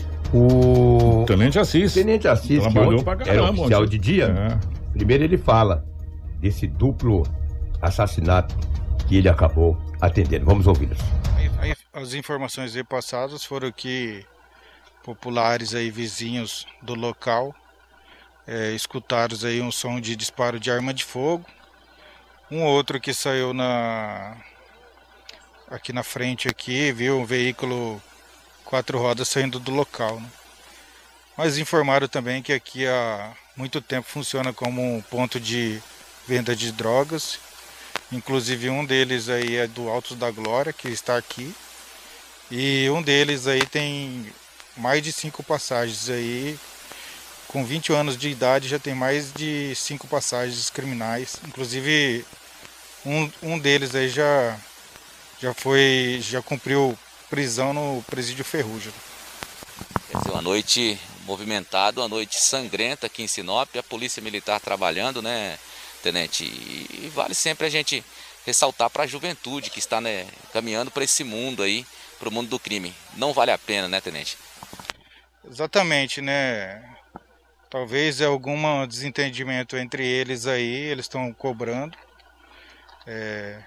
O Tenente Assis. Tenente Assis, trabalhou que pra caramba, era oficial ontem. de dia. É. Primeiro ele fala desse duplo assassinato que ele acabou atendendo. Vamos ouvi-los. Aí, aí, as informações repassadas foram que populares aí, vizinhos do local, é, escutaram aí um som de disparo de arma de fogo. Um outro que saiu na aqui na frente aqui, viu um veículo quatro rodas saindo do local, né? Mas informaram também que aqui há muito tempo funciona como um ponto de venda de drogas. Inclusive um deles aí é do Altos da Glória, que está aqui. E um deles aí tem mais de cinco passagens aí. Com vinte anos de idade já tem mais de cinco passagens criminais. Inclusive um, um deles aí já, já foi, já cumpriu prisão no presídio Ferrugem. Quer dizer, uma noite movimentada, uma noite sangrenta aqui em Sinop, a polícia militar trabalhando, né, tenente? E vale sempre a gente ressaltar para a juventude que está, né, caminhando para esse mundo aí, para o mundo do crime. Não vale a pena, né, tenente? Exatamente, né? Talvez algum desentendimento entre eles aí, eles estão cobrando. É,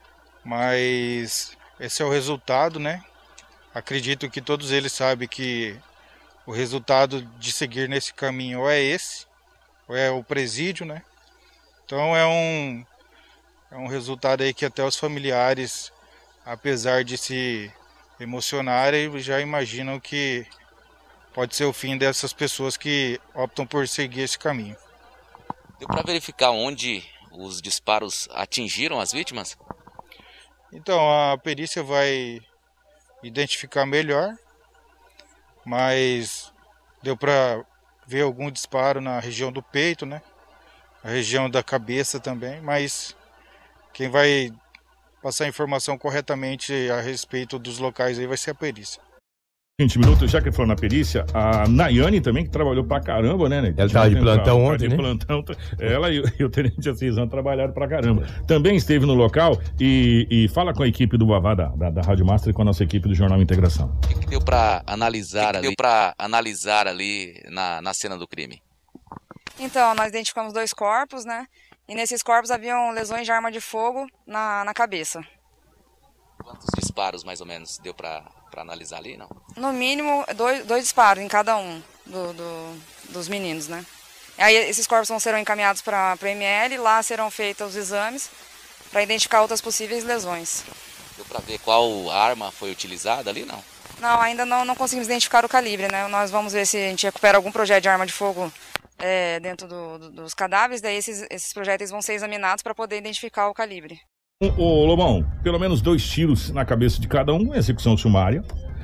mas esse é o resultado, né? Acredito que todos eles sabem que o resultado de seguir nesse caminho ou é esse, ou é o presídio, né? Então é um, é um resultado aí que até os familiares, apesar de se emocionarem, já imaginam que pode ser o fim dessas pessoas que optam por seguir esse caminho. Deu para verificar onde os disparos atingiram as vítimas? Então, a perícia vai identificar melhor, mas deu para ver algum disparo na região do peito, né? A região da cabeça também, mas quem vai passar a informação corretamente a respeito dos locais aí vai ser a perícia. vinte minutos, já que falou na perícia, a Nayane também, que trabalhou pra caramba, né, né? Ela tava de plantão ontem, de né? plantão, ela e, e o tenente Assis trabalharam pra caramba. Também esteve no local e, e fala com a equipe do Vavá, da, da, da Rádio Master, e com a nossa equipe do Jornal Integração. O que, que deu pra analisar ali, deu pra analisar ali na, na cena do crime? Então, nós identificamos dois corpos, né? E nesses corpos haviam lesões de arma de fogo na, na cabeça. Quantos disparos, mais ou menos, deu pra, pra analisar ali, não? No mínimo, dois, dois disparos em cada um do, do, dos meninos, né? Aí esses corpos vão serão encaminhados para a M L, lá serão feitos os exames para identificar outras possíveis lesões. Deu pra ver qual arma foi utilizada ali, não? Não, ainda não, não conseguimos identificar o calibre, né? Nós vamos ver se a gente recupera algum projeto de arma de fogo é, dentro do, do, dos cadáveres, daí esses, esses projéteis vão ser examinados para poder identificar o calibre. Ô, Lobão, pelo menos dois tiros na cabeça de cada um, execução sumária.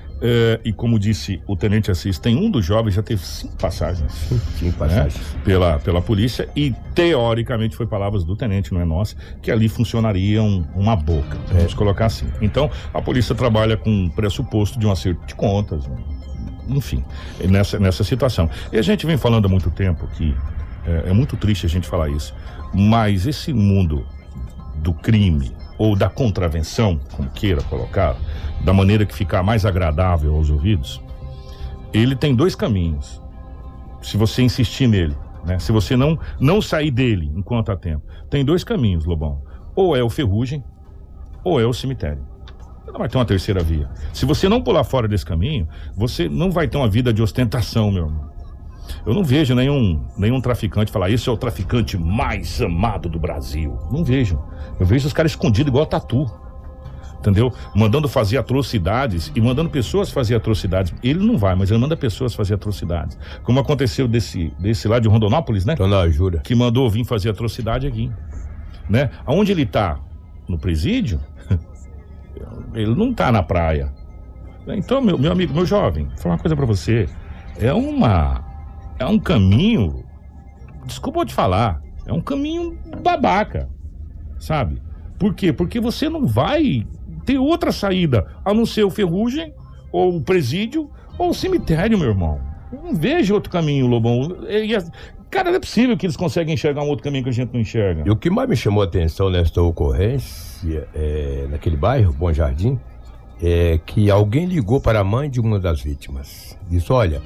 É, e como disse o tenente Assis, tem um dos jovens já teve cinco passagens. Cinco passagens. Né, pela, pela polícia, e teoricamente foi palavras do tenente, não é nossa, que ali funcionaria um, uma boca, vamos é. colocar assim. Então, a polícia trabalha com um pressuposto de um acerto de contas, enfim, nessa, nessa situação. E a gente vem falando há muito tempo que é, é muito triste a gente falar isso, mas esse mundo do crime ou da contravenção, como queira colocar, da maneira que ficar mais agradável aos ouvidos, ele tem dois caminhos, se você insistir nele, né? Se você não, não sair dele enquanto há tempo. Tem dois caminhos, Lobão, ou é o ferrugem, ou é o cemitério. Não vai ter uma terceira via. Se você não pular fora desse caminho, você não vai ter uma vida de ostentação, meu irmão. Eu não vejo nenhum, nenhum traficante falar, esse é o traficante mais amado do Brasil. Não vejo. Eu vejo os caras escondidos igual a tatu. Entendeu? Mandando fazer atrocidades e mandando pessoas fazer atrocidades. Ele não vai, mas ele manda pessoas fazer atrocidades. Como aconteceu desse, desse lá de Rondonópolis, né? Dona Jura. Que mandou vir fazer atrocidade aqui. Né? Aonde ele tá? No presídio? Ele não tá na praia. Então, meu, meu amigo, meu jovem, vou falar uma coisa pra você. É uma... É um caminho, desculpa eu te falar, é um caminho babaca, sabe? Por quê? Porque você não vai ter outra saída, a não ser o ferrugem, ou o presídio, ou o cemitério, meu irmão. Eu não vejo outro caminho, Lobão. E, cara, não é possível que eles conseguem enxergar um outro caminho que a gente não enxerga. E o que mais me chamou a atenção nesta ocorrência, é, naquele bairro, Bom Jardim, é que alguém ligou para a mãe de uma das vítimas. Disse, olha...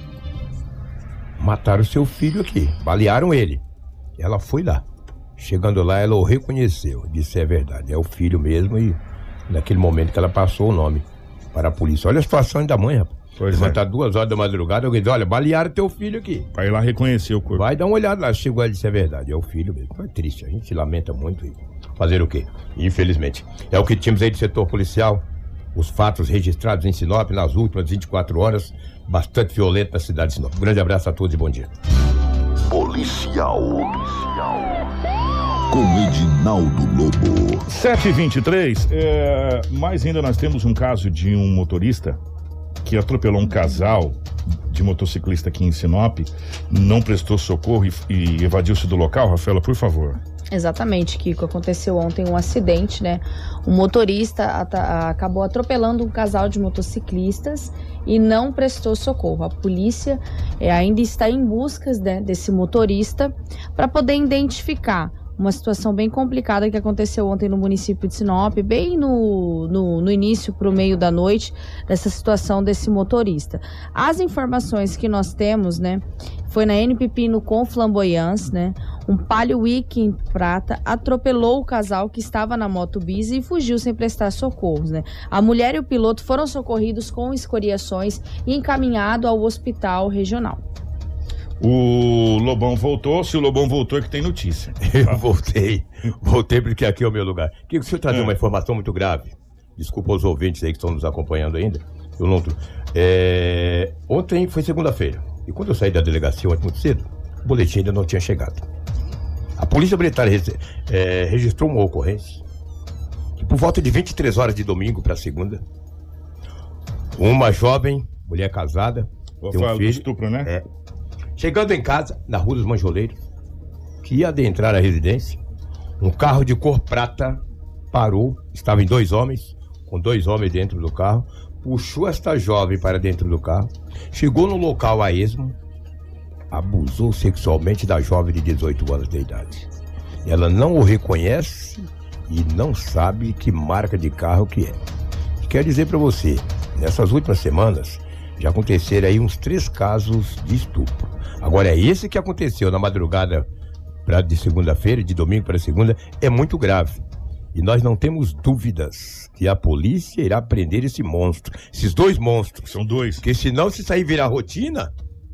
Mataram seu filho aqui, balearam ele. Ela foi lá. Chegando lá, ela o reconheceu. Disse, é verdade, é o filho mesmo. E naquele momento que ela passou o nome para a polícia. Olha a situação da mãe, rapaz. Pois é. Tá duas horas da madrugada, alguém diz, olha, balearam teu filho aqui. Vai lá reconhecer o corpo. Vai dar uma olhada lá, chegou e disse, é verdade, é o filho mesmo. Foi triste, a gente lamenta muito. E fazer o quê? Infelizmente. É o que tínhamos aí do setor policial. Os fatos registrados em Sinop nas últimas vinte e quatro horas, bastante violento na cidade de Sinop. Um grande abraço a todos e bom dia. Policial. Policial. Com Edinaldo Lobo. sete e vinte e três, é, mas ainda nós temos um caso de um motorista que atropelou um casal de motociclista aqui em Sinop, não prestou socorro e, e evadiu-se do local. Rafaela, por favor. Exatamente, Kiko. Aconteceu ontem um acidente, né? Um motorista acabou atropelando um casal de motociclistas e não prestou socorro. A polícia é, ainda está em busca, né, desse motorista para poder identificar uma situação bem complicada que aconteceu ontem no município de Sinop, bem no, no, no início para o meio da noite, dessa situação desse motorista. As informações que nós temos, né, foi na N P Pino com Flamboyance, né, um Palio Weekend prata atropelou o casal que estava na moto bis e fugiu sem prestar socorros, né. A mulher e o piloto foram socorridos com escoriações e encaminhados ao hospital regional. O Lobão voltou, se o Lobão voltou é que tem notícia. Eu voltei, voltei porque aqui é o meu lugar. Queria que o senhor trazer é. uma informação muito grave. Desculpa aos ouvintes aí que estão nos acompanhando ainda. Eu não... é... Ontem foi segunda-feira. E quando eu saí da delegacia ontem muito cedo, o boletim ainda não tinha chegado. A Polícia Militar é, registrou uma ocorrência que por volta de vinte e três horas de domingo para segunda, uma jovem, mulher casada, Vou tem um falar filho, do estupro, né? É, chegando em casa, na Rua dos Manjoleiros, que ia adentrar a residência, um carro de cor prata parou, estava em dois homens, com dois homens dentro do carro, puxou esta jovem para dentro do carro, chegou no local a esmo, abusou sexualmente da jovem de dezoito anos de idade. Ela não o reconhece e não sabe que marca de carro que é. Quer dizer para você, nessas últimas semanas, já aconteceram aí uns três casos de estupro. Agora, é esse que aconteceu na madrugada pra, de segunda-feira, de domingo para segunda, é muito grave. E nós não temos dúvidas que a polícia irá prender esse monstro, esses dois monstros. São dois. Porque senão, se sair virar rotina,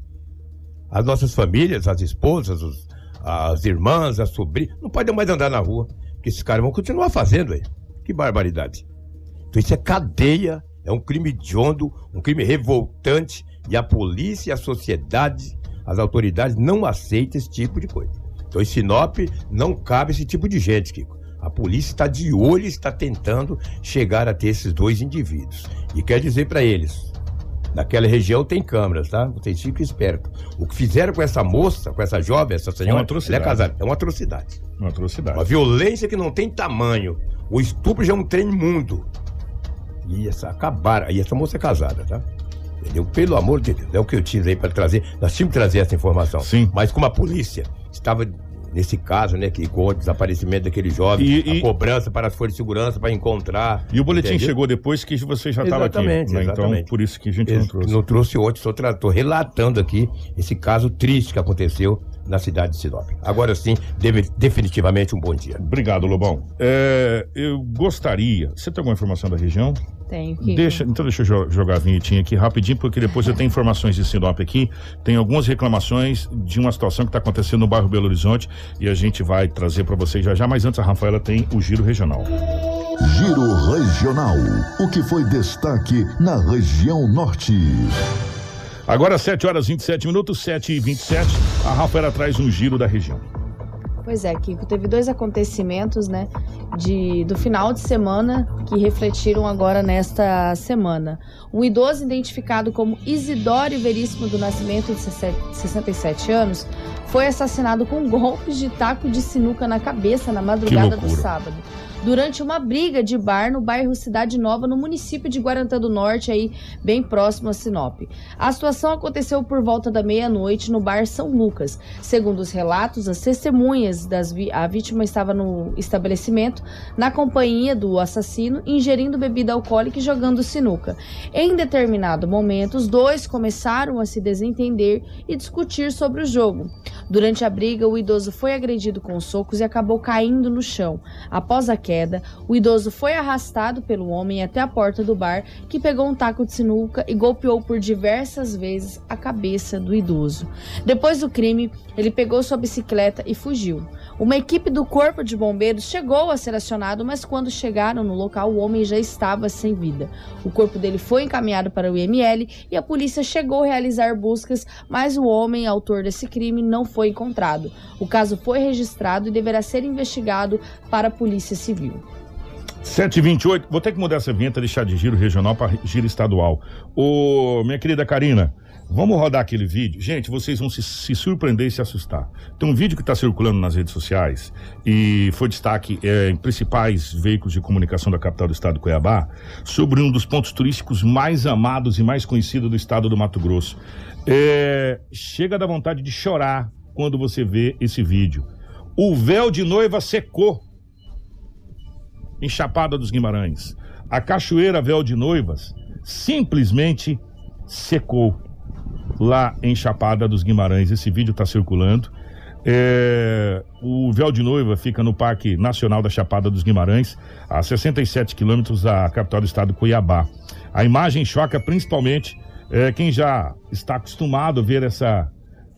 as nossas famílias, as esposas, os, as irmãs, as sobrinhas, não podem mais andar na rua, porque esses caras vão continuar fazendo, aí. Que barbaridade. Então isso é cadeia, é um crime hediondo, um crime revoltante, e a polícia, a sociedade, as autoridades não aceitam esse tipo de coisa. Então em Sinop não cabe esse tipo de gente, Kiko. A polícia está de olho e está tentando chegar a ter esses dois indivíduos. E quer dizer para eles, naquela região tem câmeras, tá? Vocês fiquem espertos. O que fizeram com essa moça, com essa jovem, essa senhora, é uma atrocidade. Ela é casada, é uma atrocidade. Uma atrocidade. Uma violência que não tem tamanho. O estupro já é um trem imundo. E essa acabaram. E essa moça é casada, tá? Entendeu? Pelo amor de Deus, é o que eu tinha aí para trazer. Nós tínhamos que trazer essa informação. Sim. Mas como a polícia estava nesse caso, né, que com o desaparecimento daquele jovem, e, e... a cobrança para as forças de segurança para encontrar. E o boletim entendeu? Chegou depois que você já estava aqui. Exatamente, Né? exatamente. Então, por isso que a gente não trouxe. Não trouxe hoje, estou relatando aqui esse caso triste que aconteceu na cidade de Sinop. Agora sim, deve, definitivamente um bom dia. Obrigado, Lobão. É, eu gostaria... Você tem alguma informação da região? Tenho que... Deixa, então deixa eu jogar a vinhetinha aqui rapidinho, porque depois eu tenho informações de Sinop aqui. Tem algumas reclamações de uma situação que está acontecendo no bairro Belo Horizonte e a gente vai trazer para vocês já já, mas antes a Rafaela tem o Giro Regional. Giro Regional. O que foi destaque na região norte? Agora sete horas e vinte e sete minutos, sete e vinte e sete, a Rafaela traz um giro da região. Pois é, Kiko, teve dois acontecimentos, né, de, do final de semana que refletiram agora nesta semana. Um idoso identificado como Isidoro Veríssimo do Nascimento, de sessenta e sete anos, foi assassinado com golpes de taco de sinuca na cabeça na madrugada do sábado, durante uma briga de bar no bairro Cidade Nova, no município de Guarantã do Norte, aí bem próximo a Sinop. A situação aconteceu por volta da meia-noite no bar São Lucas. Segundo os relatos, as testemunhas, das vi- a vítima estava no estabelecimento, na companhia do assassino, ingerindo bebida alcoólica e jogando sinuca. Em determinado momento, os dois começaram a se desentender e discutir sobre o jogo. Durante a briga, o idoso foi agredido com socos e acabou caindo no chão. Após a queda, o idoso foi arrastado pelo homem até a porta do bar, que pegou um taco de sinuca e golpeou por diversas vezes a cabeça do idoso. Depois do crime, ele pegou sua bicicleta e fugiu. Uma equipe do Corpo de Bombeiros chegou a ser acionado, mas quando chegaram no local, o homem já estava sem vida. O corpo dele foi encaminhado para o I M L e a polícia chegou a realizar buscas, mas o homem, autor desse crime, não foi encontrado. O caso foi registrado e deverá ser investigado para a Polícia Civil. sete e vinte e oito, vou ter que mudar essa vinheta, deixar de giro regional para giro estadual. Ô, minha querida Karina, vamos rodar aquele vídeo? Gente, vocês vão se, se surpreender e se assustar. Tem um vídeo que está circulando nas redes sociais e foi destaque é, em principais veículos de comunicação da capital do estado do Cuiabá, sobre um dos pontos turísticos mais amados e mais conhecidos do estado do Mato Grosso. É, chega a dar vontade de chorar quando você vê esse vídeo. O véu de noiva secou em Chapada dos Guimarães. A cachoeira Véu de Noivas simplesmente secou lá em Chapada dos Guimarães. Esse vídeo está circulando. É, o Véu de Noiva fica no Parque Nacional da Chapada dos Guimarães, a sessenta e sete quilômetros da capital do estado, Cuiabá. A imagem choca principalmente é, quem já está acostumado a ver essa,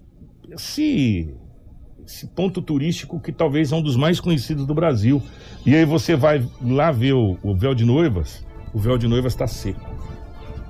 esse, esse ponto turístico que talvez é um dos mais conhecidos do Brasil. E aí você vai lá ver o, o Véu de Noivas, o Véu de Noivas está seco.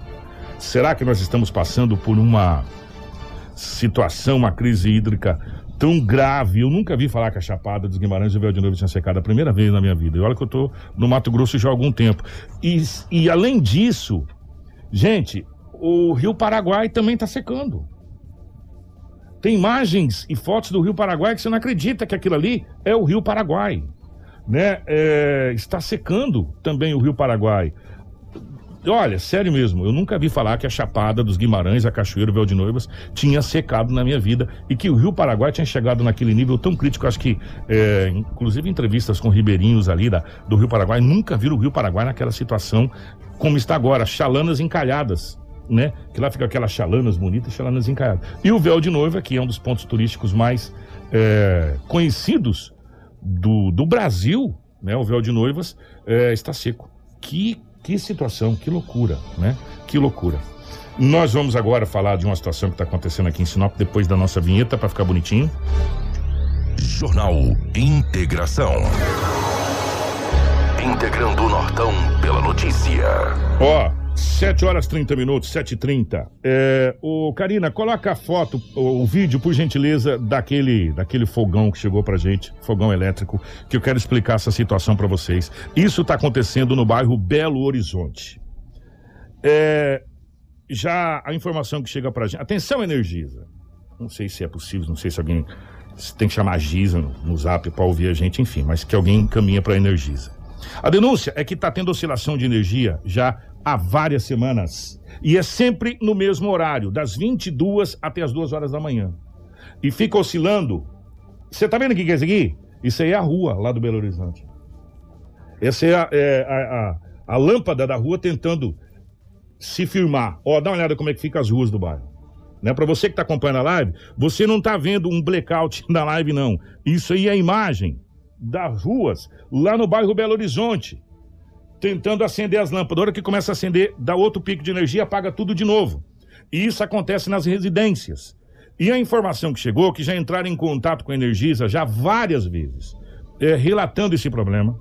Será que nós estamos passando por uma situação, uma crise hídrica tão grave. Eu nunca vi falar que a Chapada dos Guimarães e o Véu de Noiva tinha secado, a primeira vez na minha vida. E olha que eu tô no Mato Grosso já há algum tempo. E, e além disso, gente, o Rio Paraguai também está secando. Tem imagens e fotos do Rio Paraguai que você não acredita que aquilo ali é o Rio Paraguai, né? É, está secando também o Rio Paraguai. Olha, sério mesmo, eu nunca vi falar que a Chapada dos Guimarães, a Cachoeira, o Véu de Noivas tinha secado na minha vida e que o Rio Paraguai tinha chegado naquele nível tão crítico. Acho que, é, inclusive entrevistas com ribeirinhos ali da, do Rio Paraguai, nunca viram o Rio Paraguai naquela situação como está agora, chalanas encalhadas, né? Que lá fica aquelas chalanas bonitas, chalanas encalhadas. E o Véu de Noiva, que é um dos pontos turísticos mais é, conhecidos do, do Brasil, né? O Véu de Noivas é, está seco. Que Que situação, que loucura, né? Que loucura. Nós vamos agora falar de uma situação que está acontecendo aqui em Sinop, depois da nossa vinheta, para ficar bonitinho. Jornal Integração. Integrando o Nortão pela notícia. Ó, sete horas e trinta minutos, sete e trinta. É, ô, Karina, coloca a foto, o, o vídeo, por gentileza, daquele, daquele fogão que chegou pra gente, fogão elétrico, que eu quero explicar essa situação pra vocês. Isso tá acontecendo no bairro Belo Horizonte. É, já a informação que chega pra gente... Atenção, Energisa. Não sei se é possível, não sei se alguém se tem que chamar a Giza no, no zap pra ouvir a gente, enfim, mas que alguém encaminha pra Energisa. A denúncia é que tá tendo oscilação de energia já há várias semanas. E é sempre no mesmo horário, das vinte e duas até as duas horas da manhã. E fica oscilando. Você tá vendo o que é isso aqui? Isso aí é a rua lá do Belo Horizonte. Essa é a, é a, a, a lâmpada da rua tentando se firmar. Ó, dá uma olhada como é que fica as ruas do bairro. Né? Para você que tá acompanhando a live, você não tá vendo um blackout na live, não. Isso aí é a imagem das ruas lá no bairro Belo Horizonte, tentando acender as lâmpadas. A hora que começa a acender, dá outro pico de energia, apaga tudo de novo. E isso acontece nas residências. E a informação que chegou, que já entraram em contato com a Energisa já várias vezes, é, relatando esse problema,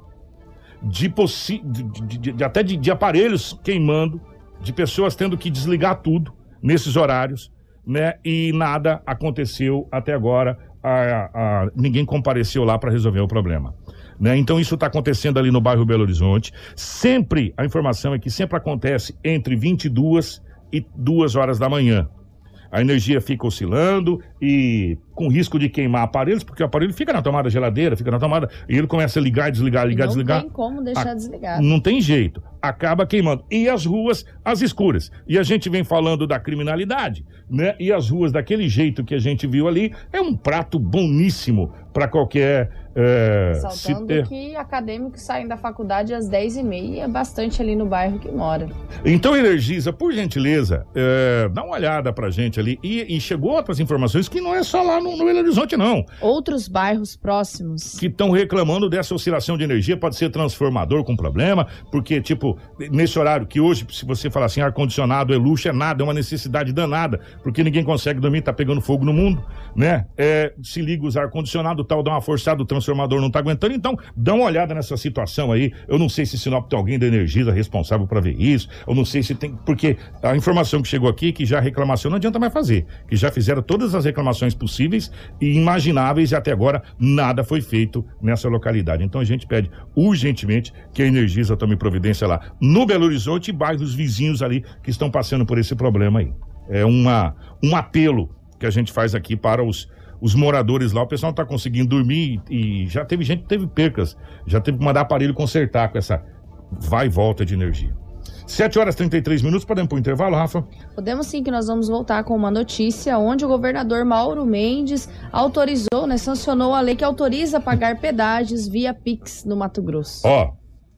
de, possi de, de, de até de, de aparelhos queimando, de pessoas tendo que desligar tudo nesses horários, né? E nada aconteceu até agora. A, a, ninguém compareceu lá para resolver o problema, né? Então isso está acontecendo ali no bairro Belo Horizonte. Sempre, a informação é que sempre acontece entre vinte e duas e duas horas da manhã. A energia fica oscilando e com risco de queimar aparelhos, porque o aparelho fica na tomada geladeira, fica na tomada, e ele começa a ligar, desligar, ligar, não desligar. Não tem como deixar a, desligado. Não tem jeito. Acaba queimando. E as ruas, as escuras. E a gente vem falando da criminalidade, né? E as ruas daquele jeito que a gente viu ali, é um prato boníssimo para qualquer... É, Saltando se... que acadêmicos saem da faculdade às dez e meia e é bastante ali no bairro que mora. Então, Energisa, por gentileza, é, dá uma olhada pra gente ali. E, e chegou outras informações que não é só lá no, no Belo Horizonte, não. Outros bairros próximos. Que estão reclamando dessa oscilação de energia, pode ser transformador com problema, porque, tipo, nesse horário que hoje, se você falar assim, ar-condicionado é luxo, é nada, é uma necessidade danada, porque ninguém consegue dormir, tá pegando fogo no mundo, né? É, se liga os ar-condicionado, tal, dá uma forçada, o transformador não tá aguentando, então dá uma olhada nessa situação aí. Eu não sei se Sinop tem alguém da Energisa responsável para ver isso, eu não sei se tem, porque a informação que chegou aqui, que já a reclamação não adianta mais fazer, que já fizeram todas as reclamações possíveis e imagináveis e até agora nada foi feito nessa localidade. Então a gente pede urgentemente que a Energisa tome providência lá no Belo Horizonte e bairros vizinhos ali que estão passando por esse problema aí. É uma, um apelo que a gente faz aqui para os os moradores lá. O pessoal não tá conseguindo dormir e, e já teve gente que teve percas, já teve que mandar aparelho consertar com essa vai e volta de energia. sete horas e trinta e três minutos, podemos pro intervalo, Rafa? Podemos sim, que nós vamos voltar com uma notícia onde o governador Mauro Mendes autorizou, né, sancionou a lei que autoriza pagar pedágios via Pix no Mato Grosso. Ó,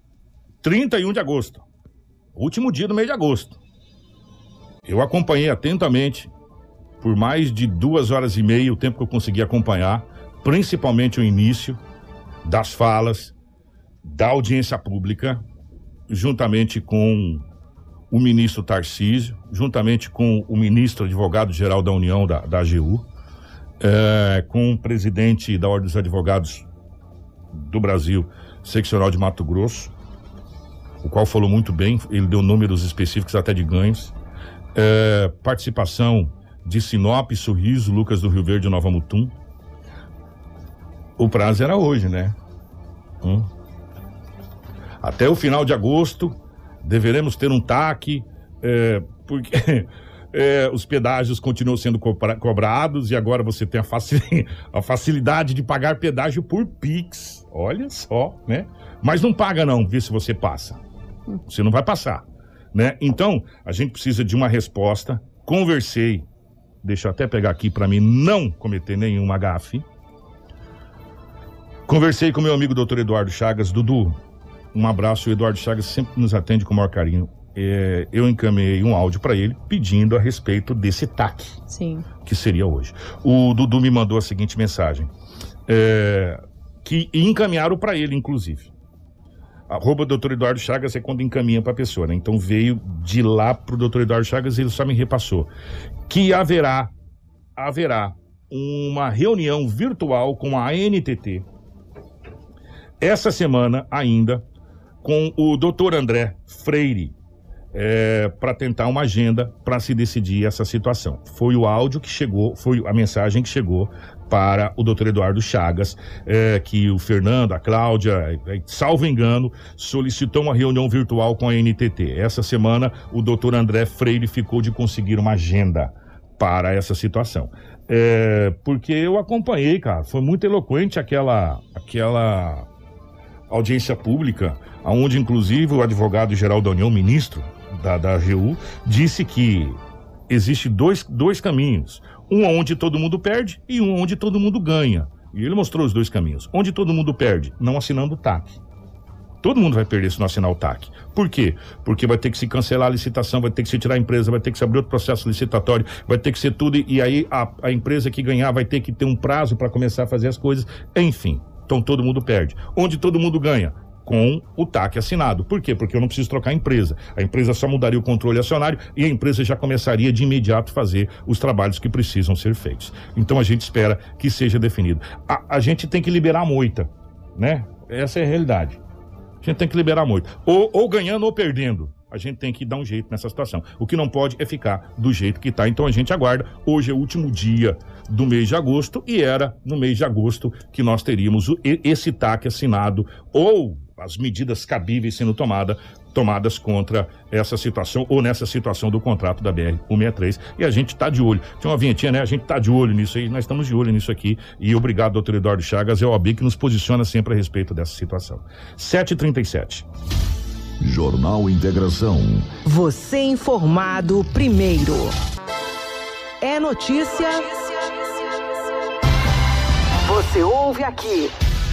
trinta e um de agosto, último dia do mês de agosto. Eu acompanhei atentamente por mais de duas horas e meia, o tempo que eu consegui acompanhar, principalmente o início das falas, da audiência pública, juntamente com o ministro Tarcísio, juntamente com o ministro advogado-geral da União, da, da A G U, é, com o presidente da Ordem dos Advogados do Brasil, seccional de Mato Grosso, o qual falou muito bem, ele deu números específicos até de ganhos, é, participação de Sinop, Sorriso, Lucas do Rio Verde e Nova Mutum, O prazo era hoje, né? Hum. Até o final de agosto deveremos ter um T A C, é, porque é, os pedágios continuam sendo cobra- cobrados e agora você tem a, facil- a facilidade de pagar pedágio por Pix. Olha só, né? Mas não paga não, vê se você passa. Você não vai passar, né? Então, a gente precisa de uma resposta. Conversei, deixa eu até pegar aqui para mim não cometer nenhuma gafe. Conversei com meu amigo doutor Eduardo Chagas. Dudu, um abraço, o Eduardo Chagas sempre nos atende com o maior carinho. É, eu encaminhei um áudio para ele pedindo a respeito desse T A C. Sim. Que seria hoje. O Dudu me mandou a seguinte mensagem, é, que encaminharam para ele, inclusive. Arroba doutor Eduardo Chagas é quando encaminha para a pessoa, né? Então veio de lá pro doutor Eduardo Chagas e ele só me repassou que haverá, haverá uma reunião virtual com a A N T T essa semana ainda com o doutor André Freire, é, para tentar uma agenda para se decidir essa situação. Foi o áudio que chegou, foi a mensagem que chegou para o doutor Eduardo Chagas, é, que o Fernando, a Cláudia, é, salvo engano, solicitou uma reunião virtual com a N T T. Essa semana o doutor André Freire ficou de conseguir uma agenda para essa situação. É, porque eu acompanhei, cara, foi muito eloquente aquela, aquela audiência pública, onde inclusive o advogado-geral da União, ministro da, da A G U, disse que existe dois, dois caminhos, um onde todo mundo perde e um onde todo mundo ganha. E ele mostrou os dois caminhos. Onde todo mundo perde, não assinando o T A C. Todo mundo vai perder se não assinar o T A C. Por quê? Porque vai ter que se cancelar a licitação, vai ter que se tirar a empresa, vai ter que se abrir outro processo licitatório, vai ter que ser tudo, e aí a, a empresa que ganhar vai ter que ter um prazo para começar a fazer as coisas, enfim. Então todo mundo perde. Onde todo mundo ganha? Com o T A C assinado. Por quê? Porque eu não preciso trocar a empresa. A empresa só mudaria o controle acionário e a empresa já começaria de imediato a fazer os trabalhos que precisam ser feitos. Então a gente espera que seja definido. A, a gente tem que liberar a moita, né? Essa é a realidade. A gente tem que liberar a moita. Ou, ou ganhando ou perdendo. A gente tem que dar um jeito nessa situação. O que não pode é ficar do jeito que está. Então a gente aguarda. Hoje é o último dia do mês de agosto e era no mês de agosto que nós teríamos o, esse T A C assinado ou as medidas cabíveis sendo tomada, tomadas contra essa situação ou nessa situação do contrato da B R cento e sessenta e três. E a gente está de olho. Tinha uma vinhetinha, né? A gente está de olho nisso aí. Nós estamos de olho nisso aqui. E obrigado, doutor Eduardo Chagas. É o O A B que nos posiciona sempre a respeito dessa situação. sete e trinta e sete. Jornal Integração. Você informado primeiro. É notícia. Você ouve aqui.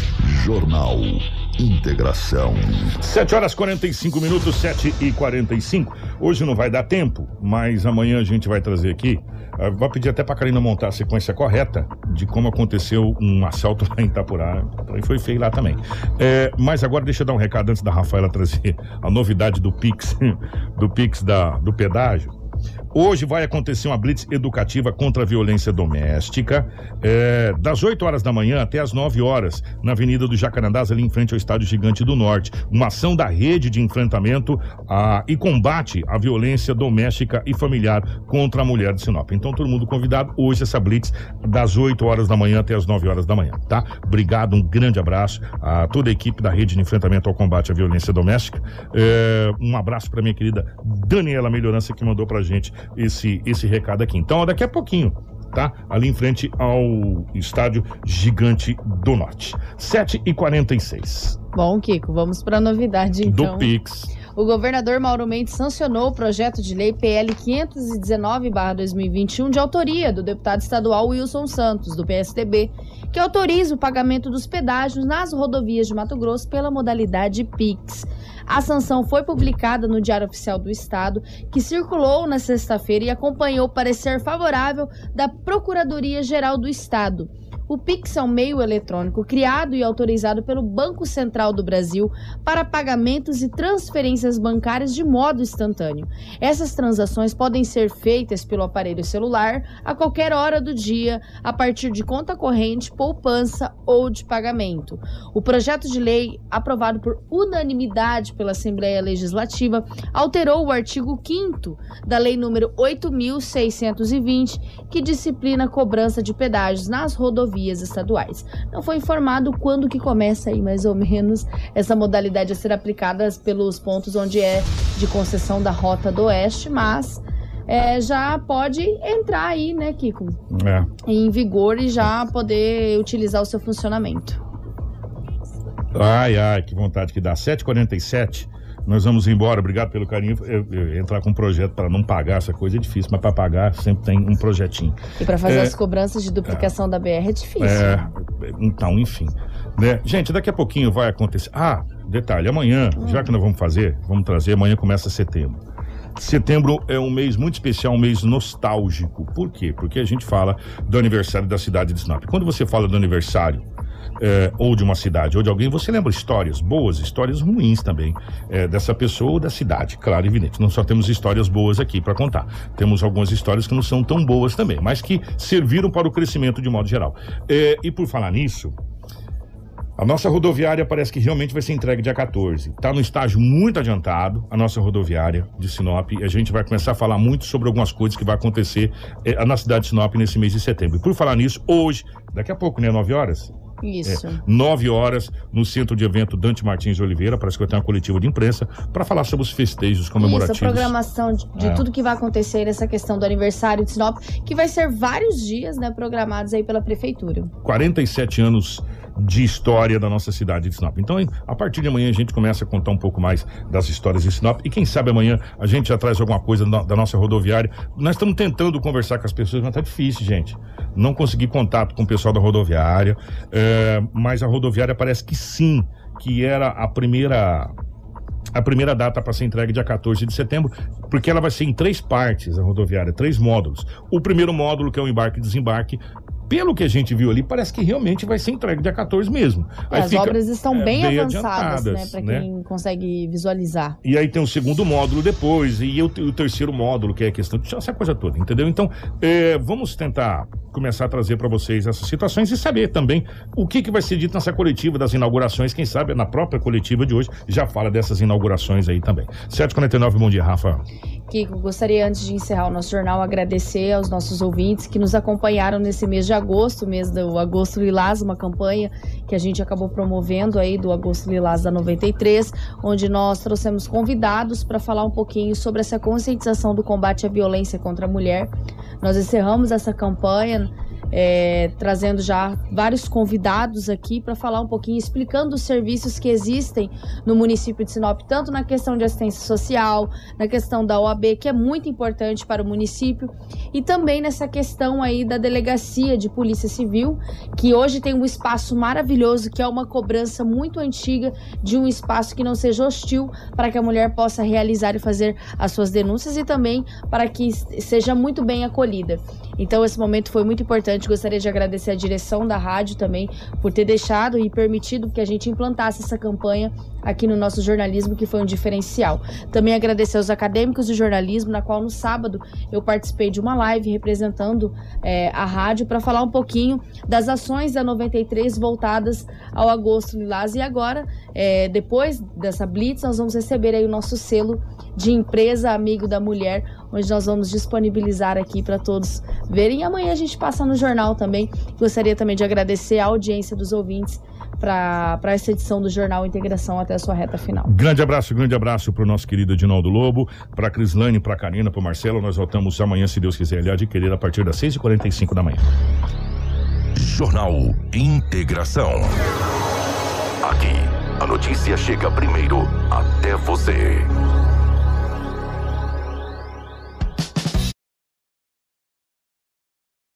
Jornal Integração. sete horas e quarenta e cinco minutos, sete e quarenta e cinco. Hoje não vai dar tempo, mas amanhã a gente vai trazer aqui. Uh, vou pedir até pra Karina montar a sequência correta de como aconteceu um assalto lá em Itapurá. E foi feio lá também. É, mas agora deixa eu dar um recado antes da Rafaela trazer a novidade do Pix, do Pix da, do pedágio. Hoje vai acontecer uma blitz educativa contra a violência doméstica, é, das oito horas da manhã até as nove horas, na Avenida do Jacarandás, ali em frente ao Estádio Gigante do Norte. Uma ação da rede de enfrentamento a, e combate à violência doméstica e familiar contra a mulher de Sinop. Então, todo mundo convidado hoje, essa blitz das oito horas da manhã até as nove horas da manhã, tá? Obrigado, um grande abraço a toda a equipe da rede de enfrentamento ao combate à violência doméstica. É, um abraço para minha querida Daniela Melhorança, que mandou pra gente esse, esse recado aqui. Então, daqui a pouquinho, tá? Ali em frente ao Estádio Gigante do Norte. sete e quarenta e seis. Bom, Kiko, vamos para a novidade, então. Do Pix. O governador Mauro Mendes sancionou o projeto de lei P L quinhentos e dezenove barra dois mil e vinte e um, de autoria do deputado estadual Wilson Santos, do P S D B, que autoriza o pagamento dos pedágios nas rodovias de Mato Grosso pela modalidade Pix. A sanção foi publicada no Diário Oficial do Estado, que circulou na sexta-feira e acompanhou o parecer favorável da Procuradoria-Geral do Estado. O Pix é um meio eletrônico criado e autorizado pelo Banco Central do Brasil para pagamentos e transferências bancárias de modo instantâneo. Essas transações podem ser feitas pelo aparelho celular a qualquer hora do dia, a partir de conta corrente, poupança ou de pagamento. O projeto de lei, aprovado por unanimidade pela Assembleia Legislativa, alterou o artigo quinto da Lei número oito mil seiscentos e vinte, que disciplina a cobrança de pedágios nas rodovias rodovias estaduais. Não foi informado quando que começa aí, mais ou menos, essa modalidade a ser aplicada pelos pontos onde é de concessão da Rota do Oeste, mas é, já pode entrar aí, né, Kiko? É. Em vigor e já poder utilizar o seu funcionamento. Ai, ai, que vontade que dá. sete e quarenta e sete, nós vamos embora. Obrigado pelo carinho. Eu, eu, entrar com um projeto para não pagar essa coisa é difícil, mas para pagar sempre tem um projetinho. E para fazer é, as cobranças de duplicação é, da B R é difícil. É, né? Então, enfim. Né? Gente, daqui a pouquinho vai acontecer. Ah, detalhe, amanhã, hum. já que nós vamos fazer, vamos trazer, amanhã começa setembro. Setembro é um mês muito especial, um mês nostálgico. Por quê? Porque a gente fala do aniversário da cidade de Sinop. Quando você fala do aniversário É, ou de uma cidade, ou de alguém, você lembra histórias boas, histórias ruins também, é, dessa pessoa ou da cidade, claro e evidente. Não só temos histórias boas aqui para contar, temos algumas histórias que não são tão boas também, mas que serviram para o crescimento de modo geral. É, e por falar nisso, a nossa rodoviária parece que realmente vai ser entregue dia quatorze. Está no estágio muito adiantado, a nossa rodoviária de Sinop. A gente vai começar a falar muito sobre algumas coisas que vai acontecer é, na cidade de Sinop nesse mês de setembro. E por falar nisso, hoje, daqui a pouco, né, nove horas? Isso. É, nove horas no centro de evento Dante Martins de Oliveira, parece que vai ter uma coletiva de imprensa para falar sobre os festejos comemorativos. Isso, a programação de, de é. tudo que vai acontecer nessa questão do aniversário de Sinop, que vai ser vários dias, né, programados aí pela prefeitura. quarenta e sete anos de história da nossa cidade de Sinop. Então, a partir de amanhã a gente começa a contar um pouco mais das histórias de Sinop e quem sabe amanhã a gente já traz alguma coisa da nossa rodoviária. Nós estamos tentando conversar com as pessoas, mas tá difícil, gente. Não consegui contato com o pessoal da rodoviária, é, mas a rodoviária parece que sim, que era a primeira... a primeira data para ser entregue dia quatorze de setembro, porque ela vai ser em três partes, a rodoviária, três módulos. O primeiro módulo, que é o embarque e desembarque, pelo que a gente viu ali, parece que realmente vai ser entregue dia quatorze mesmo. Aí as fica, obras estão é, bem, bem avançadas, né, para quem né? consegue visualizar. E aí tem o segundo módulo depois, e o, o terceiro módulo, que é a questão de essa coisa toda, entendeu? Então, é, vamos tentar começar a trazer para vocês essas situações e saber também o que, que vai ser dito nessa coletiva das inaugurações. Quem sabe na própria coletiva de hoje já fala dessas inaugurações aí também. sete e quarenta e nove, bom dia, Rafa. Kiko, gostaria antes de encerrar o nosso jornal agradecer aos nossos ouvintes que nos acompanharam nesse mês de agosto, mês do Agosto Lilás, uma campanha que a gente acabou promovendo aí do Agosto Lilás da noventa e três, onde nós trouxemos convidados para falar um pouquinho sobre essa conscientização do combate à violência contra a mulher. Nós encerramos essa campanha É, trazendo já vários convidados aqui para falar um pouquinho, explicando os serviços que existem no município de Sinop, tanto na questão de assistência social, na questão da O A B, que é muito importante para o município, e também nessa questão aí da delegacia de polícia civil, que hoje tem um espaço maravilhoso, que é uma cobrança muito antiga de um espaço que não seja hostil para que a mulher possa realizar e fazer as suas denúncias e também para que seja muito bem acolhida. Então esse momento foi muito importante. Gostaria de agradecer a direção da rádio também por ter deixado e permitido que a gente implantasse essa campanha aqui no nosso jornalismo, que foi um diferencial. Também agradecer aos acadêmicos de jornalismo, na qual no sábado eu participei de uma live representando é, a rádio para falar um pouquinho das ações da noventa e três voltadas ao Agosto Lilás. E agora, é, depois dessa blitz, nós vamos receber aí o nosso selo de empresa amigo da mulher, onde nós vamos disponibilizar aqui para todos verem. E amanhã a gente passa no jornal também. Gostaria também de agradecer a audiência dos ouvintes para essa edição do Jornal Integração até a sua reta final. Grande abraço, grande abraço para o nosso querido Edinaldo Lobo, para a Crislane, para a Karina, para o Marcelo. Nós voltamos amanhã, se Deus quiser, ele adquirir a partir das seis e quarenta e cinco da manhã. Jornal Integração. Aqui, a notícia chega primeiro até você.